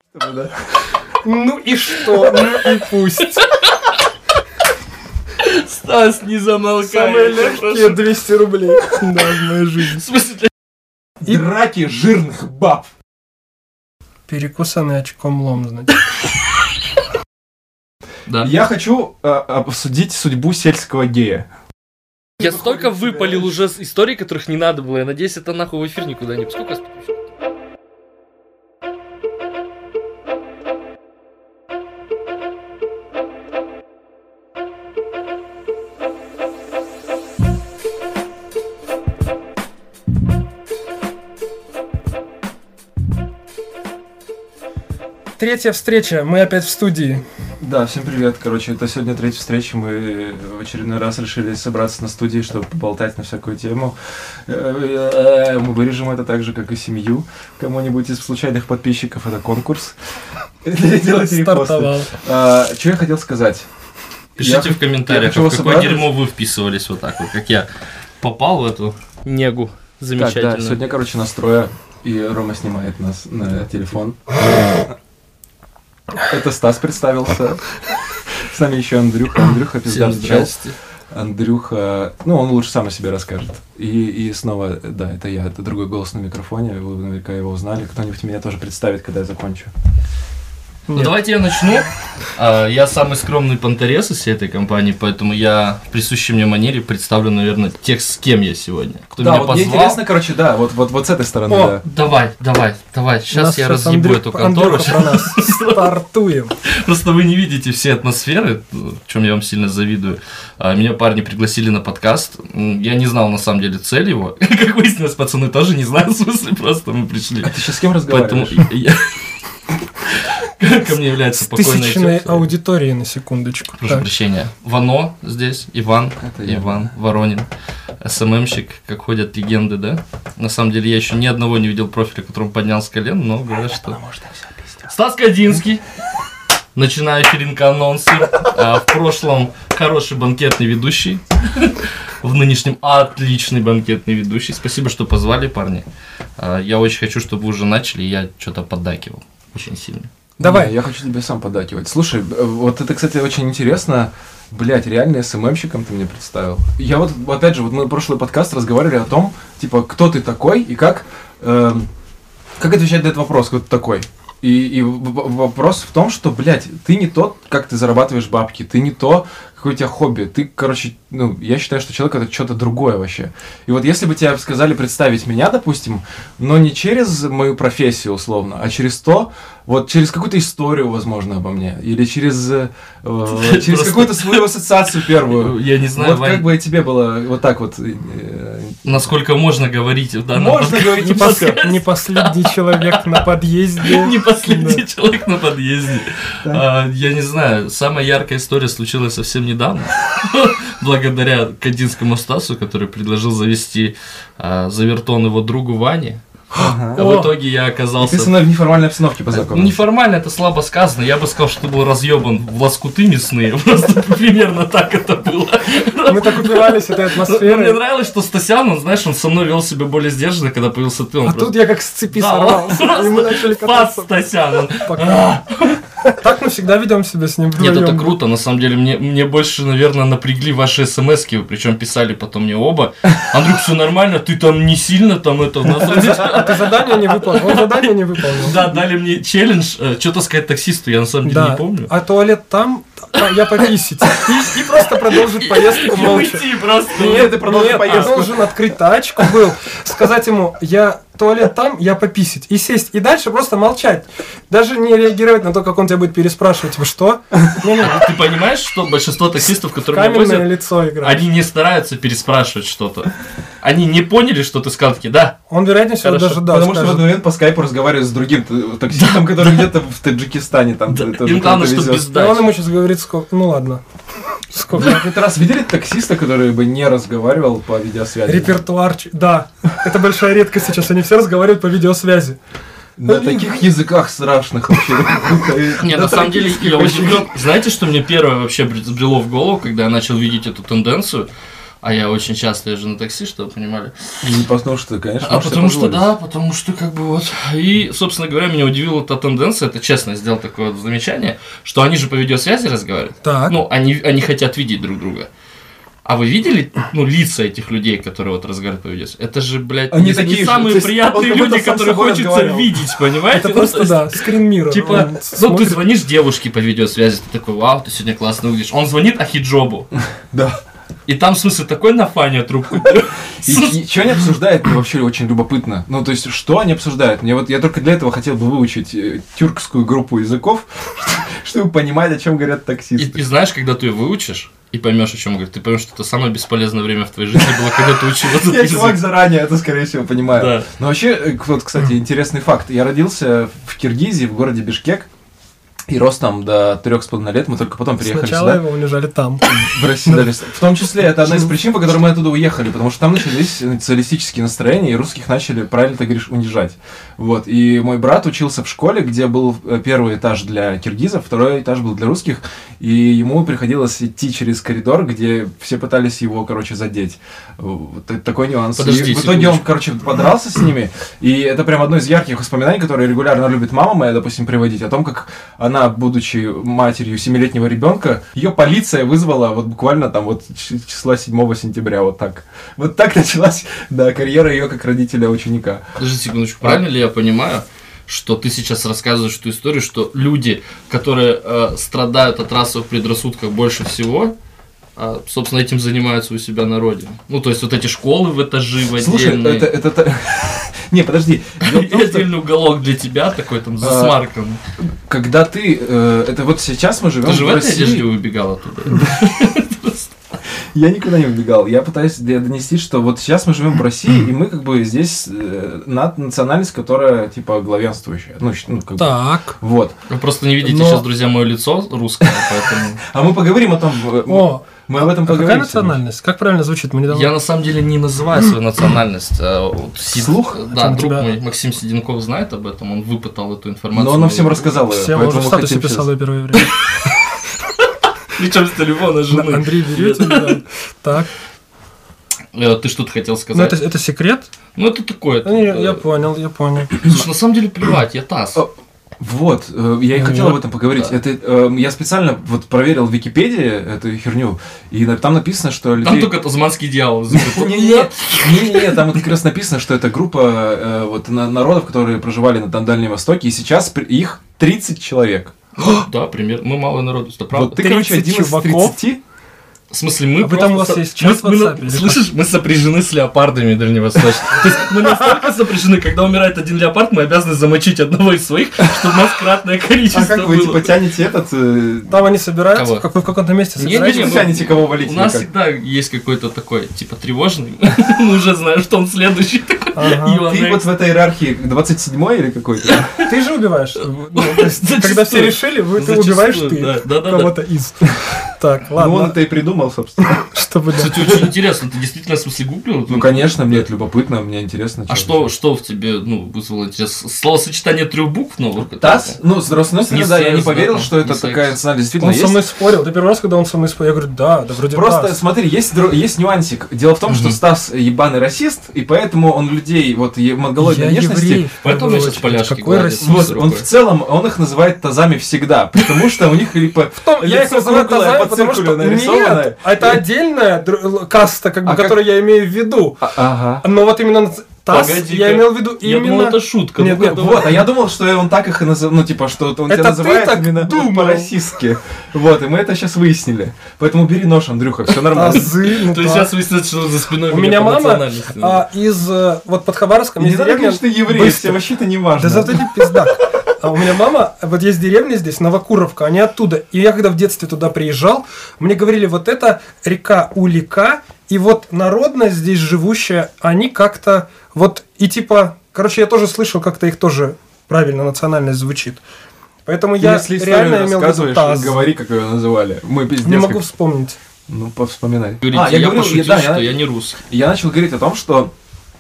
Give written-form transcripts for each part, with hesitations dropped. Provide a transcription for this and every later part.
Ну и что? Ну и пусть. Стас, не замолкай. Самые легкие 200 рублей. Да, в моей жизни. В смысле? И драки жирных баб. Перекусанный очком лом, значит. Да. Я хочу обсудить судьбу сельского гея. Я столько выпалил уже историй, которых не надо было. Я надеюсь, это нахуй в эфир никуда не... Сколько? Третья встреча, мы опять в студии. Да, всем привет. Короче, это сегодня третья встреча. Мы в очередной раз решили собраться на студии, чтобы поболтать на всякую тему. Мы вырежем это так же, как и семью. Кому-нибудь из случайных подписчиков это конкурс. Делайте репосты. Что я хотел сказать? Пишите в комментариях, в какое дерьмо вы вписывались вот так вот, как я попал в эту негу замечательную. Так, да, сегодня, короче, настроя, и Рома снимает нас на телефон. Это Стас представился. С нами еще Андрюха. Андрюха, пиздатый чел. Андрюха, ну, он лучше сам о себе расскажет. И снова, да, это я, это другой голос на микрофоне, вы наверняка его узнали. Кто-нибудь меня тоже представит, когда я закончу. Ну, давайте я начну. Я самый скромный понторез из всей этой компании, поэтому я в присущей мне манере представлю, наверное, тех, с кем я сегодня. Кто да, меня вот позвал. мне интересно, короче, да, вот с этой стороны, О, да. Давай, сейчас я разъебу эту контору. Про нас. Стартуем. Просто вы не видите все атмосферы, в чем я вам сильно завидую. Меня парни пригласили на подкаст. Я не знал, на самом деле, цель его. Как выяснилось, пацаны тоже не знают, в смысле, просто мы пришли. А ты сейчас с кем разговариваешь? Ко мне является покойная тысячной тетя. аудитории, на секундочку. Прошу прощения. Вано здесь, Иван Воронин, СММщик, как ходят легенды, да? На самом деле я еще ни одного не видел профиля, которому поднял с колен, но говорят, что... Стас Кадинский, начинающий ринг-анонсер, в прошлом хороший банкетный ведущий, в нынешнем отличный банкетный ведущий. Спасибо, что позвали, парни. Я очень хочу, чтобы вы уже начали, я что-то поддакивал очень сильно. Давай. Я хочу тебе сам поддакивать. Слушай, вот это, кстати, очень интересно. Блять, реально СММщиком ты мне представил. Я вот, опять же, вот мы в прошлый подкаст разговаривали о том, типа, кто ты такой и как отвечать на этот вопрос, кто ты такой. И вопрос в том, что, блядь, ты не тот, как ты зарабатываешь бабки, ты не то, какое у тебя хобби. Ты, короче, ну, я считаю, что человек это что-то другое вообще. И вот если бы тебе сказали представить меня, допустим, но не через мою профессию, условно, а через то, вот через какую-то историю, возможно, обо мне, или через какую-то свою ассоциацию первую. Я не знаю, вот как бы тебе было вот так вот. Насколько можно говорить в данном Можно говорить не последний человек на подъезде. Не последний человек на подъезде. Я не знаю, самая яркая история случилась совсем недавно. Благодаря Кадинскому Стасу, который предложил завести Завертон его другу Ване. А в итоге я оказался... Ты со мной в неформальной обстановке познакомился. Неформально, это слабо сказано. Я бы сказал, что ты был разъебан в лоскуты мясные. Просто примерно так это было. Мы так упивались этой атмосферой. Мне нравилось, что Стасян, он, знаешь, он со мной вел себя более сдержанно, когда появился ты. А тут я как с цепи сорвался. И мы начали кататься. Стасян. Так мы всегда ведем себя с ним вдвоем. Нет, это круто, на самом деле. Мне больше, наверное, напрягли ваши смс-ки, причем писали потом мне оба. Андрюх, все нормально, ты там не сильно там это... А ты задание не выполнил? Он задание не выполнил. Да, дали мне челлендж, что-то сказать таксисту, я на самом деле не помню. А туалет там, я пописить. И просто продолжить поездку молча. Уйти просто. Нет, я должен открыть тачку был, сказать ему, туалет там, я пописить. И сесть. И дальше просто молчать. Даже не реагировать на то, как он тебя будет переспрашивать. Вы что? Ты понимаешь, что большинство таксистов, которые меня возят, лицо играет. они не стараются переспрашивать что-то. Они не поняли, что ты сказал, такие, да. Он, вероятнее всего, даже да. Потому что в этот момент по скайпу разговаривает с другим таксистом, который где-то в Таджикистане. Им главное, что без дачи. Он ему сейчас говорит, сколько... Ну ладно. Сколько? Ты раз видели таксиста, который бы не разговаривал по видеосвязи? Репертуар, да. Это большая редкость сейчас. Они все разговаривают по видеосвязи. На таких языках страшных вообще. Нет, на самом деле, я удивлен. Знаете, что мне первое вообще взбрело в голову, когда я начал видеть эту тенденцию? А я очень часто езжу на такси, чтобы вы понимали. Не потому что, конечно, А потому что, да, потому что как бы вот. И, собственно говоря, меня удивила та тенденция, это честно, сделал такое вот замечание, что они же по видеосвязи разговаривают. Так. Ну, они хотят видеть друг друга. А вы видели, ну, лица этих людей, которые вот разговаривают по видеосвязи? Это же, блядь, они не такие самые же, приятные люди, которые хочется видеть, понимаете? Это просто, да, скрин-миррор. Типа, ну, ты звонишь девушке по видеосвязи, ты такой, вау, ты сегодня классно выглядишь. Он звонит Ахиджобу. Да. И там, в смысле, такой нафаня трубку. И что они обсуждают, мне вообще очень любопытно. Ну, то есть, что они обсуждают? Я только для этого хотел бы выучить тюркскую группу языков, чтобы понимать, о чем говорят таксисты. И знаешь, когда ты ее выучишь, и поймешь, о чем говорит, ты поймешь, что это самое бесполезное время в твоей жизни было, когда ты учил этот Я язык. чувак заранее это, скорее всего, понимаю. Да. Но вообще, вот, кстати, интересный факт. Я родился в Киргизии, в городе Бишкек, и рос там до 3,5 лет, мы только потом переехали Сначала сюда. его унижали там. В России, да. В том числе, это одна из причин, по которой мы оттуда уехали, потому что там начались националистические настроения, и русских начали, правильно ты говоришь, унижать. Вот. И мой брат учился в школе, где был первый этаж для киргизов, второй этаж был для русских, и ему приходилось идти через коридор, где все пытались его, короче, задеть. Вот такой нюанс. Подожди, и в итоге он, короче, подрался с ними, и это прям одно из ярких воспоминаний, которые регулярно любит мама моя, допустим, приводить, о том, как она, будучи матерью 7-летнего ребенка, ее полиция вызвала вот буквально там вот числа 7 сентября, вот так. Вот так началась, да, карьера ее как родителя ученика. Подожди секундочку, правильно ли я понимаю, что ты сейчас рассказываешь эту историю, что люди, которые страдают от расовых предрассудков больше всего, собственно, этим занимаются у себя на родине. Ну, то есть, вот эти школы в этажи, в отдельные... Слушай, это... Не, подожди. Отдельный уголок для тебя такой там засмарканный. Когда ты... Это вот сейчас мы живем в России... Ты же в этой одежде убегал оттуда? Я никуда не убегал. Я пытаюсь донести, что вот сейчас мы живем в России, и мы как бы здесь национальность, которая типа главенствующая. Ну, как бы. Так. Вот. Вы просто не видите сейчас, друзья, мое лицо русское, поэтому... А мы поговорим о том... Мы об этом поговорим. Какая национальность? Как правильно звучит? Мы недавно... Я на самом деле не называю свою национальность. Вслух? Да, друг мой Максим Седенков знает об этом, он выпытал эту информацию. Но он нам всем рассказал. Всем, он уже в статусе писал ее первое время. Причем с телефона жены. Андрей Верютин, да. Так. Ты что-то хотел Ну, сказать? это секрет? Ну, это такое. Я понял. Слушай, на самом деле плевать, я ТАСС. Вот, я и хотел об этом поговорить. Да. Это, я специально вот проверил в Википедии эту херню, и там написано, что людей... Там только тазманский дьявол. Не, там как раз написано, что это группа вот народов, которые проживали на Дальнем Востоке, и сейчас их 30 человек. Да, примерно. Мы малый народ, это правда. Вот ты, короче, один из 30. В смысле, мы А там у вас есть чат в WhatsApp? Слышишь, мы сопряжены с леопардами дальневосточными. То есть мы настолько сопряжены, когда умирает один леопард, мы обязаны замочить одного из своих, чтобы у нас кратное количество было. А как вы, типа, тянете этот... Там они собираются, как вы в каком-то месте собираетесь? Вы тянете кого валить? У нас всегда есть какой-то такой, типа, тревожный. Мы уже знаем, что он следующий такой. Ты вот в этой иерархии 27-й или какой-то? Ты же убиваешь. Когда все решили, ты убиваешь ты кого-то из. Так, ладно. Ну, он это и придумал, собственно. Чтобы, кстати, очень интересно, ты действительно, в смысле, гуглил? Ну, конечно, мне это любопытно, мне интересно. А что в тебе, вызвало интерес? Словосочетание 3 букв новых? ТАСС? Ну, с одной стороны, да, я не поверил, что это такая национальность действительно есть. Он со мной спорил. Ты первый раз, когда он со мной спорил, я говорю, да, вроде просто, смотри, есть нюансик. Дело в том, что Стас ебаный расист, и поэтому он людей, вот, монголоидной внешности... Поэтому я сейчас поляшки говорю. Вот, он в целом, он их называет тазами всегда, потому что у них, типа, я их называю тазами, потому что нет, это отдельная каста, как бы, которую я имею в виду. Ага. Но вот именно ТАСС я имел в виду именно... Я думал, это шутка. Нет, вот, а я думал, что он так их и называет, ну, типа, что он тебя называет именно по-российски. Вот, и мы это сейчас выяснили. Поэтому бери нож, Андрюха, все нормально. Тазы, то есть сейчас выясняется, что за спиной у меня мама из, вот под Хабаровском... Не надо говорить, что ты еврей, все вообще-то не важно. Да зато ты пиздак. А у меня мама, вот есть деревня здесь, Новокуровка, они оттуда. И я когда в детстве туда приезжал, мне говорили, вот это река Улика, и вот народность здесь живущая, они как-то вот, и типа, короче, я тоже слышал, как-то их тоже правильно национальность звучит. Поэтому я реально имел в виду ТАСС. Говори, как ее называли. Мы пиздец. Не могу вспомнить. Ну, повспоминай. Я пошутил, что я не русский. Я начал говорить о том, что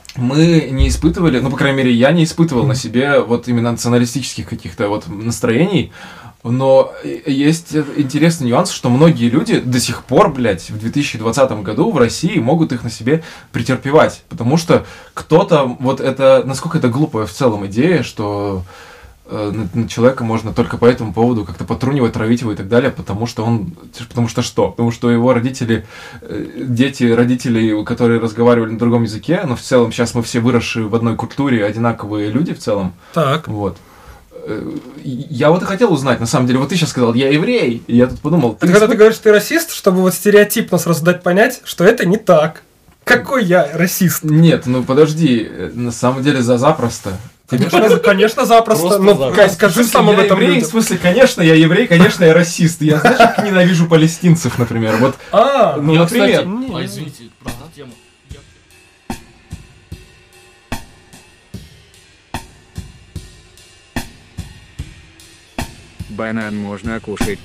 мы не испытывали, ну, по крайней мере, я не испытывал на себе вот именно националистических каких-то вот настроений, но есть интересный нюанс, что многие люди до сих пор, блядь, в 2020 году в России могут их на себе претерпевать, потому что кто-то, вот это, насколько это глупая в целом идея, что на человека можно только по этому поводу как-то потрунивать, травить его и так далее, потому что его родители, дети родителей, которые разговаривали на другом языке, но в целом сейчас мы все выросшие в одной культуре, одинаковые люди в целом. Так. Вот. Я вот и хотел узнать, на самом деле, вот ты сейчас сказал, я еврей, и я тут подумал... Когда ты говоришь, ты расист, чтобы вот стереотипно сразу дать понять, что это не так. Какой я расист? Нет, ну подожди, на самом деле запросто. Конечно, запросто. Ну, скажи сам об этом еврей, людям. в смысле, конечно, я еврей, конечно, я расист. Я, знаешь, как ненавижу палестинцев, например. Вот, ну, Я, например... кстати, извините, просто тему. Банан можно кушать.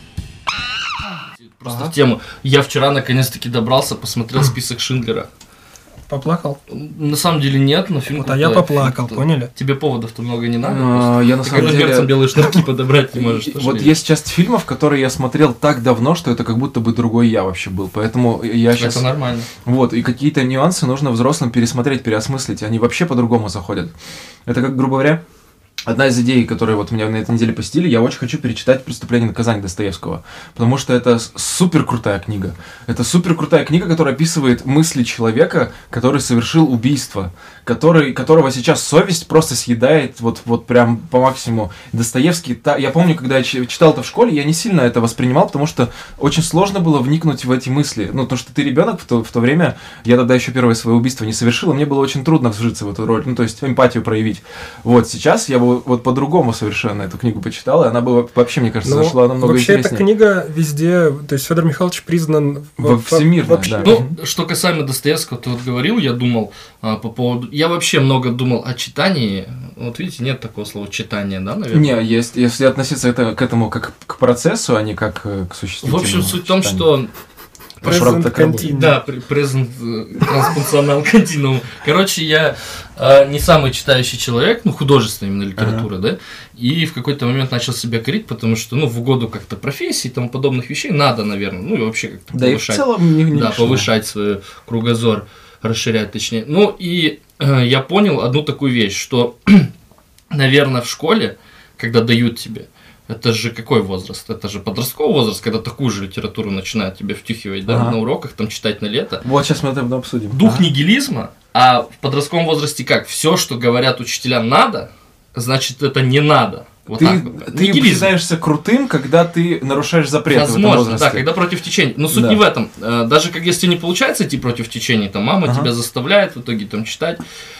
Просто в тему. Я вчера наконец-таки добрался, посмотрел список Шиндлера. Поплакал? На самом деле нет, но фильм Вот, а я поплакал, поняли? Тебе поводов-то много не надо. Я на Ты самом когда деле... перцем белые шнурки подобрать не можешь. Вот есть часть фильмов, которые я смотрел так давно, что это как будто бы другой я вообще был. Поэтому я сейчас... Это нормально. Вот, и какие-то нюансы нужно взрослым пересмотреть, переосмыслить. Они вообще по-другому заходят. Это как, грубо говоря... Одна из идей, которые вот меня на этой неделе посетили, я очень хочу перечитать «Преступление и наказание» Достоевского, потому что это супер крутая книга. Это супер крутая книга, которая описывает мысли человека, который совершил убийство, которого сейчас совесть просто съедает вот прям по максимуму. Достоевский, я помню, когда я читал это в школе, я не сильно это воспринимал, потому что очень сложно было вникнуть в эти мысли. Ну, потому что ты ребенок в то время, я тогда еще первое свое убийство не совершил, и мне было очень трудно вжиться в эту роль, ну, то есть эмпатию проявить. Вот, сейчас я вот по-другому совершенно эту книгу почитал, и она бы вообще, мне кажется, зашла намного вообще интереснее. Эта книга везде, то есть Федор Михайлович признан всемирно, да. Ну, что касаемо Достоевского, ты вот говорил, я думал по поводу... Я вообще много думал о читании. Вот видите, нет такого слова читание, да, наверное? Не, есть, если относиться к этому как к процессу, а не как к существительному. В общем, суть в том, что... Present continuum. Да, present трансфункционал continuum. Короче, я не самый читающий человек, ну, художественная именно литература, да, и в какой-то момент начал себя корить, потому что, ну, в угоду как-то профессии и тому подобных вещей надо, наверное, ну, и вообще как-то да повышать. И в целом не повышать свой кругозор, расширять точнее. Ну, и я понял одну такую вещь, что, наверное, в школе, когда дают тебе, это же какой возраст? Это же подростковый возраст, когда такую же литературу начинают тебе втюхивать, да, на уроках, там читать на лето. Вот сейчас мы это обсудим. Дух нигилизма, а в подростковом возрасте как? Все, что говорят учителя надо, значит, это не надо. Вот ты считаешься крутым, когда ты нарушаешь запреты. Возможно, в этом возрасте. да, когда против течения. Но суть не в этом. Даже как если не получается идти против течения, там мама тебя заставляет в итоге там читать,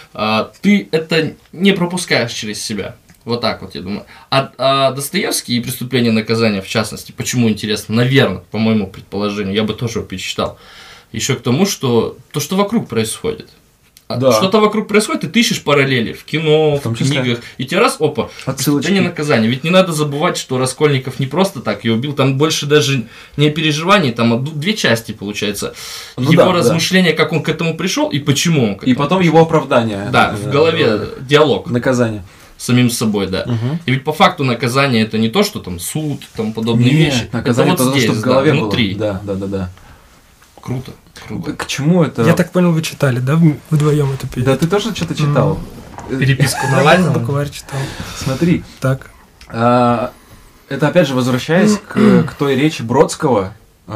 ты это не пропускаешь через себя. Вот так вот, я думаю. А Достоевский и «Преступление и наказание», в частности, почему интересно? Наверное, по моему предположению, я бы тоже его перечитал. Еще к тому, что то, что вокруг происходит. Да. Что-то вокруг происходит, и ты ищешь параллели в кино, в книгах. И тебе раз, опа, «Преступление и наказание». Ведь не надо забывать, что Раскольников не просто так ее убил, там больше даже не переживаний, там две части, получается. Ну, его размышления, как он к этому пришел и почему он к этому И потом пришел. Его оправдание. Да, в голове диалог. Наказание. Самим собой, да. И ведь по факту наказание это не то, что там суд, там подобные вещи. Наказание это вот здесь, что в голове внутри. Было. Да. Круто. К чему это? Я так понял, вы читали, да, вдвоем это перед? Да, ты тоже что-то читал. Переписку Навального. Букварь читал. Смотри. Так. Это опять же возвращаясь к той речи Бродского.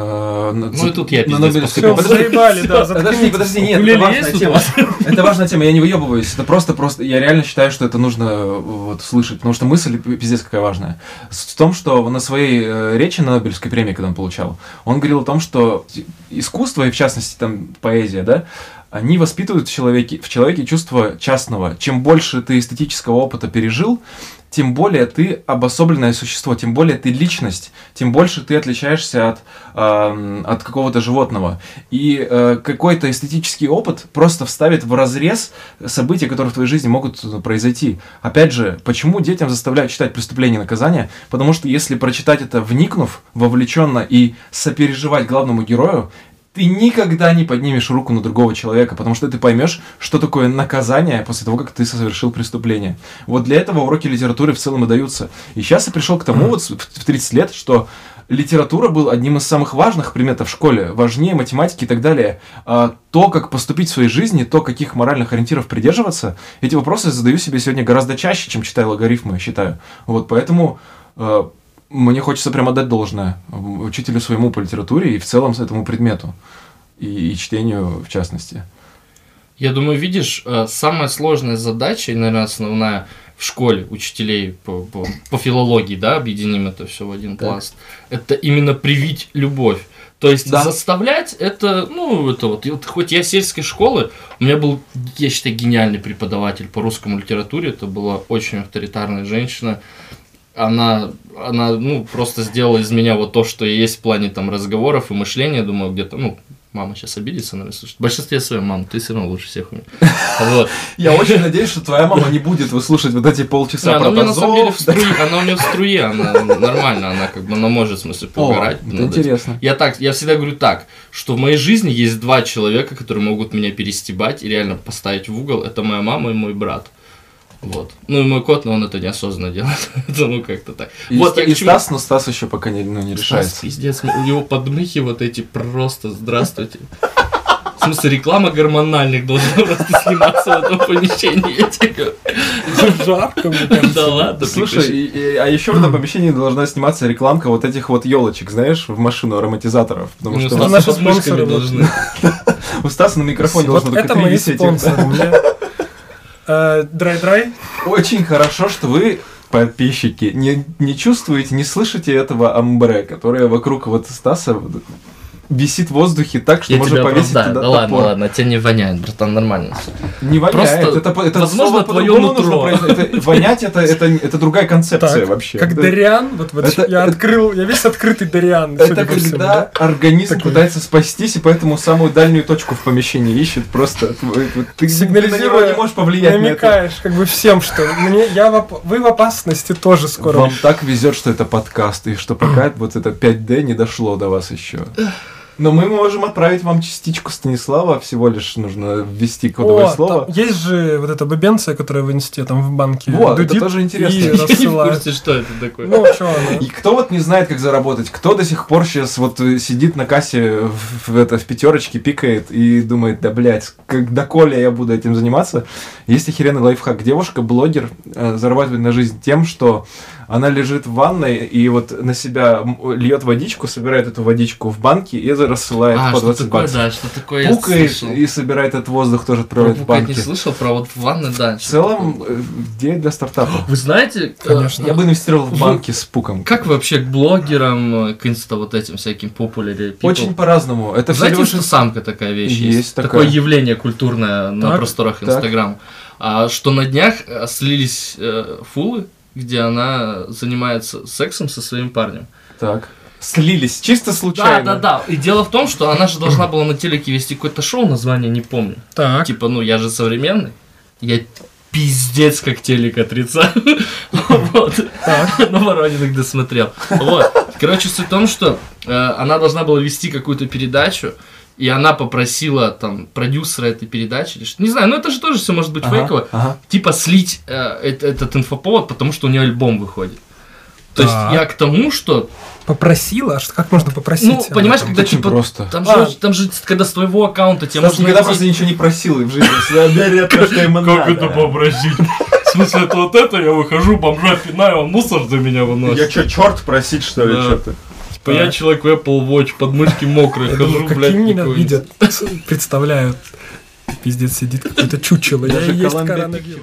Ну и тут я пиздец. Заебали, да. Подожди, нет, это важная тема. Это важная тема, я не выебываюсь. Это просто, я реально считаю, что это нужно вот слышать, потому что мысль пиздец какая важная. В том, что на своей речи на Нобелевской премии, когда он получал, он говорил о том, что искусство, и в частности там поэзия, да, они воспитывают в человеке чувство частного. Чем больше ты эстетического опыта пережил, тем более ты обособленное существо, тем более ты личность, тем больше ты отличаешься от какого-то животного. И какой-то эстетический опыт просто вставит в разрез события, которые в твоей жизни могут произойти. Опять же, почему детям заставляют читать «Преступление и наказание»? Потому что если прочитать это, вникнув, вовлеченно и сопереживать главному герою, ты никогда не поднимешь руку на другого человека, потому что ты поймешь, что такое наказание после того, как ты совершил преступление. Вот для этого уроки литературы в целом и даются. И сейчас я пришел к тому, вот в 30 лет, что литература был одним из самых важных предметов в школе, важнее математики и так далее. А то, как поступить в своей жизни, то, каких моральных ориентиров придерживаться, эти вопросы я задаю себе сегодня гораздо чаще, чем читаю логарифмы, я считаю. Вот поэтому мне хочется прям отдать должное учителю своему по литературе и в целом этому предмету, и чтению в частности. Я думаю, видишь, самая сложная задача, и, наверное, основная в школе учителей по филологии, да, объединим это все в один пласт, это именно привить любовь. То есть заставлять это, это вот хоть я сельской школы, у меня был, я считаю, гениальный преподаватель по русскому литературе, это была очень авторитарная женщина. Она просто сделала из меня вот то, что есть в плане там разговоров и мышления, думаю, где-то, мама сейчас обидится, наверное, слушать. В большинстве своей мамы, ты все равно лучше всех умеешь. Вот. Я очень надеюсь, что твоя мама не будет выслушать вот эти полчаса про она у меня на самом деле тазов. она у меня в струе, она нормально, она может, в смысле, поугарать. Это интересно. Я всегда говорю так, что в моей жизни есть два человека, которые могут меня перестебать и реально поставить в угол. Это моя мама и мой брат. Вот. И мой кот, но он это неосознанно делает. Это как-то так. И Стас, но Стас еще пока не решается. Стас, пиздец, у него подмыхи вот эти просто здравствуйте. В смысле, реклама гормональных должна просто сниматься в этом помещении. Жарко, мне кажется. Да ладно. Слушай, а еще в этом помещении должна сниматься рекламка вот этих вот елочек, знаешь, в машину ароматизаторов. Потому что наши спонсоры должны. У Стаса на микрофоне должно быть 3 висеть. Драй-драй. Очень хорошо, что вы, подписчики, не чувствуете, не слышите этого амбре, которое вокруг вот Стаса висит в воздухе так, что можно повесить туда да топор. ладно, тебя не воняет, братан, нормально все. Не воняет, это возможно, твое нутро. Вонять это другая концепция вообще. Как Дориан, я весь открытый Дориан. Это когда организм пытается спастись, и поэтому самую дальнюю точку в помещении ищет просто. Ты на него не можешь повлиять на это. Намекаешь как бы всем, что вы в опасности тоже скоро. Вам так везет, что это подкаст, и что пока вот это 5D не дошло до вас еще. Но мы можем отправить вам частичку Станислава, всего лишь нужно ввести кодовое слово. Есть же вот эта бабенция, которая в инсте, там в банке дудит, это тоже интересно. И рассылает. Я не в курсе, что это такое. Что она? И кто вот не знает, как заработать, кто до сих пор сейчас вот сидит на кассе в пятерочке, пикает и думает, да, блядь, доколе я буду этим заниматься. Есть охеренный лайфхак. Девушка-блогер зарабатывает на жизнь тем, что она лежит в ванной и вот на себя льет водичку, собирает эту водичку в банке и рассылает по 20 баксов. Да, что такое пукает и собирает этот воздух, тоже отправляет в банки. Я не слышал про вот ванны, да. В целом, идея для стартапа. Вы знаете, конечно. Я бы инвестировал в банки с пуком. Как вы вообще к блогерам, к инста вот этим всяким популярным? Очень по-разному. Это знаете, что самка такая вещь есть? Такое явление культурное на просторах Инстаграма. Что на днях слились фулы, где она занимается сексом со своим парнем. Так. Слились, чисто случайно. Да. И дело в том, что она же должна была на телеке вести какое-то шоу, название не помню. Так. Типа, я же современный. Я пиздец как телек отрицаю. Вот. На Воронин досмотрел. Вот. Короче, суть в том, что она должна была вести какую-то передачу, и она попросила там продюсера этой передачи, или что, не знаю, это же тоже все может быть фейково, типа слить этот инфоповод, потому что у нее альбом выходит. То есть я к тому, что... Попросила? Как можно попросить? Понимаешь, когда типа... Просто. Там же, когда с твоего аккаунта тебе можно... никогда просто ничего не просил и в жизни. Как это попросить? В смысле, это вот это, я выхожу, бомжа пинаю, он мусор за меня выносит. Я что, черт просить, что ли, что-то? Типа я человек в Apple Watch, подмышки мокрые, хожу, блядь, какие меня видят, представляют. Пиздец, сидит какое-то чучело. Я есть коронавирус.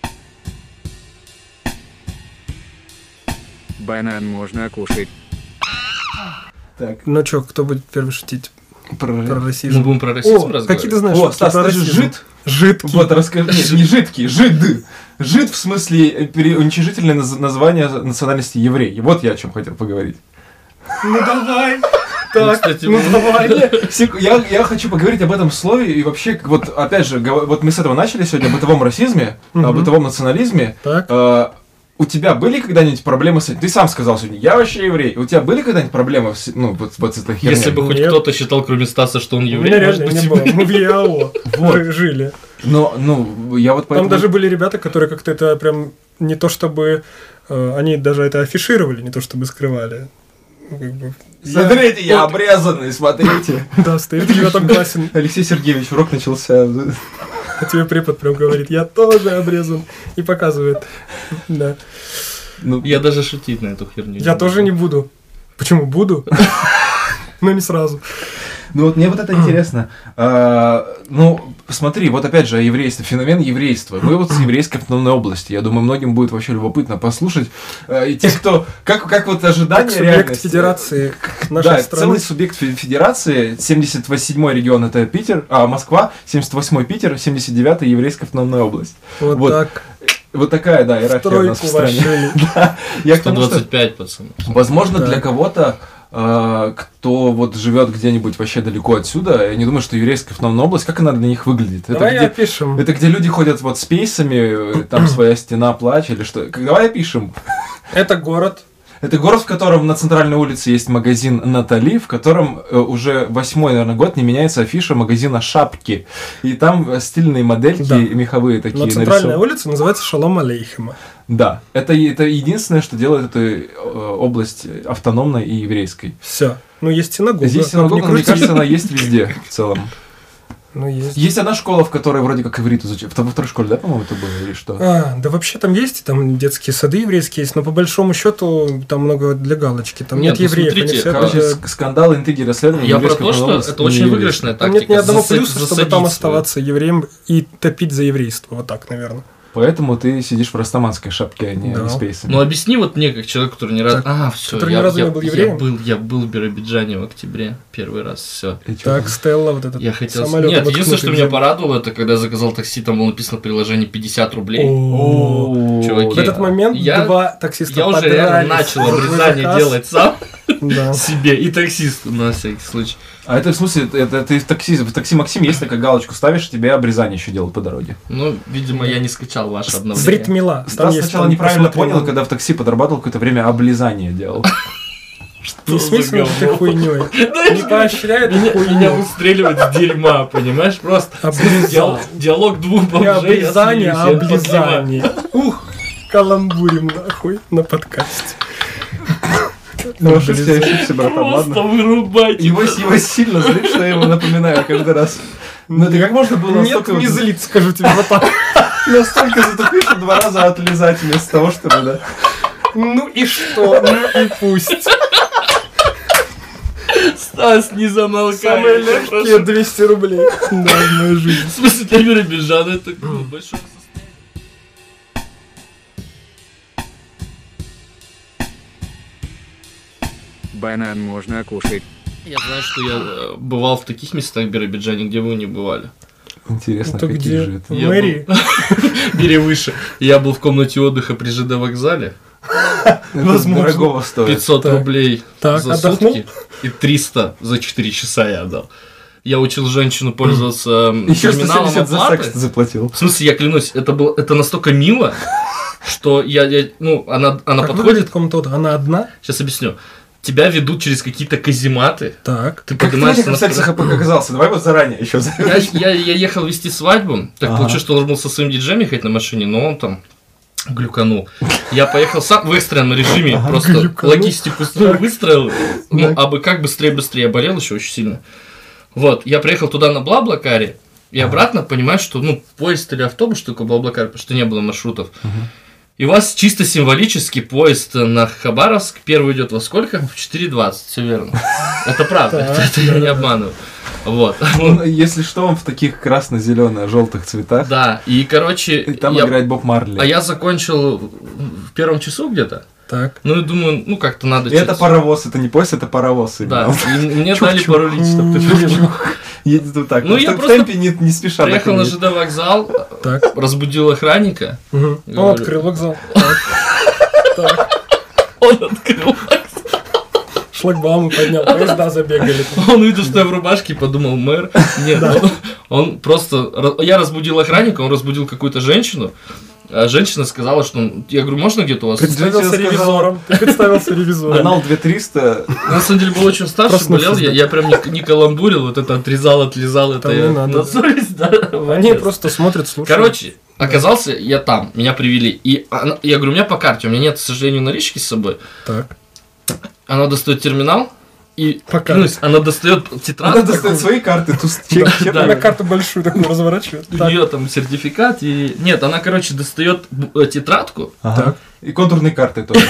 Банан можно кушать. Так. Ну что, кто будет первый шутить? Про расизм. Мы будем про расизм разговаривать. Какие ты знаешь? Стас, ты же жид? Жидкий. Вот, расскажи. Нет, не жидкий, жид. Жид в смысле уничижительное название национальности еврей. Вот я о чем хотел поговорить. Ну давай. Так, кстати, давай. Я хочу поговорить об этом слове и вообще, вот опять же, вот мы с этого начали сегодня, о бытовом расизме, о бытовом национализме. Так. у тебя были когда-нибудь проблемы с этим? Ты сам сказал сегодня, я вообще еврей. У тебя были когда-нибудь проблемы вот с этой херней? Если бы хоть Нет. кто-то считал, кроме Стаса, что он У меня еврей, может реально быть, не было. Мы в ЯО жили. Но, я вот поэтому... Там даже были ребята, которые как-то это прям не то чтобы... Они даже это афишировали, не то чтобы скрывали. Ну, как бы, Смотрите, я обрезанный, смотрите. Да, стоит в 9 классе, Алексей Сергеевич, урок начался. а тебе препод прям говорит, я тоже обрезан, и показывает. Да. Ну, я даже шутить на эту херню. Я тоже не буду. Почему буду? Но не сразу. Ну вот мне вот это интересно. Смотри, вот опять же, еврейство, феномен еврейства. Мы вот с еврейской автономной области. Я думаю, многим будет вообще любопытно послушать. И те, кто... Как вот ожидания Как субъект реальности. федерации нашей Да, страны. целый субъект федерации. 78-й регион это Питер, Москва, 78-й Питер, 79-й еврейская автономная область. Вот так. Вот такая, да, иерархия у нас в Стройку стране. вошли. Да. Я к тому, что, 125, пацаны. возможно, Да. для кого-то, кто вот живет где-нибудь вообще далеко отсюда, я не думаю, что еврейская автономная область, как она для них выглядит? Давай опишем. Это где люди ходят вот с пейсами, там своя стена, плач или что? Давай опишем. Это город. Это город, в котором на центральной улице есть магазин Натали, в котором уже 8-й, наверное, год не меняется афиша магазина Шапки. И там стильные модельки, Да. меховые такие Но центральная нарисованы. улица называется Шалом Алейхема. Да, это единственное, что делает эту область автономной и еврейской. Все. Ну, есть синагога. Здесь как синагога, ни но мне крути. кажется, она есть везде в целом. Ну, есть. Есть одна школа, в которой вроде как иврит изучают. Во второй школе, да, по-моему, это было, или что? Да вообще там есть, там детские сады еврейские есть, но по большому счету там много для галочки. Там нет, Нет, ну, евреев, смотрите, они все Короче, это- скандалы, интриги, расследования. Я про еврейской то, что автономности это очень не еврейской. выигрышная Там тактика. нет ни одного засадить плюса, чтобы там свою. оставаться евреем и топить за еврейство. Вот так, наверное. Поэтому ты сидишь в растаманской шапке, а не Да. с пейсами. Ну объясни вот мне, как человек, который ни разу... Так, все, который ни разу не был евреем? Я был в Биробиджане в октябре первый раз, все. И чё Так, там? Стелла, вот этот Я хотел... самолёт Нет, единственное, воткнутый что в меня землю. порадовало, это когда я заказал такси, там было написано в приложении 50 рублей. О, Чуваки, В этот момент я- два таксиста Я уже реально подрались начал за твой обрезание заказ. делать сам Да. себе и таксисту на всякий случай. А это в смысле, это ты в такси Максим, есть такая галочку ставишь, тебе обрезание еще делают по дороге. Ну, видимо, я не скачал ваше обновление. Брит Мила. Там Стас есть, сначала там неправильно посмотри, понял, когда в такси подрабатывал, какое-то время облизание делал. Не смысл за этой говно? хуйней. Не поощряет Меня хуйню. выстреливать с дерьма, понимаешь? Просто Облизал. диалог двух Не бомжей. обрезание, а я смеюсь, я облизание. Ух, каламбурим нахуй на подкасте. Ну, ошибся, я ошибся, братан, Просто ладно. вырубайте. Его сильно злит, что я ему напоминаю каждый раз. Ну это как можно было Нет, настолько... не злит, скажу тебе вот так. Настолько затупить, что 2 раза отлизать вместо того, чтобы, да. Ну и что? Ну и пусть. Стас, не замолкай. Самые я легкие прошу. 200 рублей. Да, в моей жизни. В смысле, для Биробиджана это большое. Банан можно кушать. Я знаю, что я бывал в таких местах в Биробиджане, где вы не бывали. Интересно, Это какие же где? это. В Я мэрии? Бери выше. Я был в комнате отдыха при ЖД вокзале. Это Возможно. дорогого стоит. 500 Так. рублей Так, за отдохнул? сутки и 300 за 4 часа я отдал. Я учил женщину пользоваться Еще терминалом 170 за оплаты. секс заплатил. В смысле, я клянусь, это настолько мило, что она Как выглядит подходит. комната? Она одна? Сейчас объясню. Тебя ведут через какие-то казематы. Так. Ты Как ты поднимаешься в сексах оказался? Давай вот заранее еще. Я ехал вести свадьбу, так Ага. получилось, что должен был со своим диджеем ехать на машине, но он там глюканул. Я поехал сам в экстренном режиме, Ага, просто глюканул. логистику выстроил, ну, абы как быстрее, я болел еще очень сильно. Вот, я приехал туда на Блаблакаре, и обратно понимаешь, что, ну, поезд или автобус, что такое Блаблакар, потому что не было маршрутов. И у вас чисто символически поезд на Хабаровск первый идет во сколько? В 4:20, все верно. Это правда, Так, это я не обманываю. Вот. Ну, если что, он в таких красно-зелено-желтых цветах. Да, и, короче, И там я- играет Боб Марли. а я закончил в первом часу где-то. Так. Ну и думаю, ну как-то надо... И это что-то- паровоз, это не поезд, это паровоз. Да, именно. и мне Чух-чух. дали порулить, чтобы ты понимал. Едет вот так. Ну, я в просто темпе не спеша. Приехал на так ЖД вокзал, Так. разбудил охранника, Угу. Говорю. Он открыл вокзал. Так. он открыл. Шлагбаумы поднял, поезда забегали. Он увидел, что я в рубашке, подумал, мэр. Нет, он просто... Я разбудил охранника, он разбудил какую-то женщину. А женщина сказала, что... Я говорю, можно где-то у вас... Представился ревизором. Ты представился ревизором. Анал 2300. На самом деле был очень старший, болел, я прям не каламбурил, вот это отрезал, отлезал, это не я надо. на совесть, да. Они просто смотрят, слушают. Короче, оказался я там, меня привели, и я говорю, у меня по карте, у меня нет, к сожалению, налички с собой. Так. Она достает терминал, и Показывает. она достает тетрадку. Она достает свои карты, тут Да. На карту большую такую разворачивает. У нее там сертификат, и... Нет, она, короче, достает тетрадку. Так. И контурные карты тоже.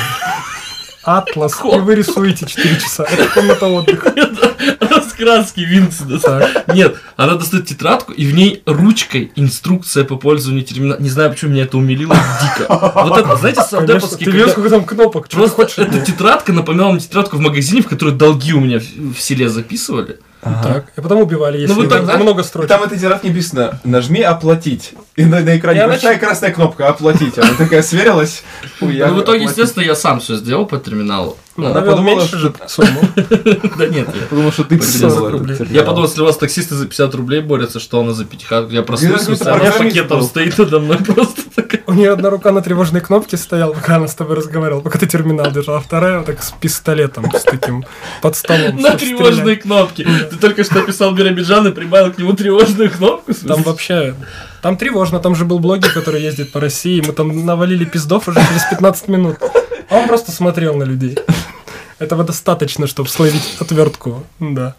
Атлас, и вы рисуете 4 часа. Это комната отдыха. Она с краски Винкса. Нет, она достает тетрадку, и в ней ручкой инструкция по пользованию терминала. Не знаю, почему меня это умилило дико. Вот это, знаете, Конечно, савдеповский... ты видел, сколько там кнопок? Что ты Просто хочешь? от эта нее? тетрадка напоминала мне тетрадку в магазине, в которой долги у меня в селе записывали. Так, и потом убивали, если Ну, вы так, да? много И строчек. там этой тетрадке написано «Нажми оплатить». И на экране И она большая красная кнопка «Оплатить». Она такая сверилась. Ну, в итоге, естественно, я сам все сделал по терминалу. Она Навел подумала, меньше что- же сумму. Да нет, я... Потому что ты 40 подрезал рублей. этот Я терминал. подумал, если у вас таксисты за 50 рублей борются, что она за 5. Я проснулся, какой-то у меня программист пакетом был. стоит надо мной просто такая. У нее одна рука на тревожной кнопке стояла, пока она с тобой разговаривала, пока ты терминал держал, а вторая вот так с пистолетом, с таким под столом. На чтоб тревожной стрелять. кнопке. Ты только что писал Биробиджан и прибавил к нему тревожную кнопку. в смысле? Там вообще... Там тревожно, там же был блогер, который ездит по России, мы там навалили пиздов уже через 15 минут. А он просто смотрел на людей. Этого достаточно, чтобы словить отвертку, да.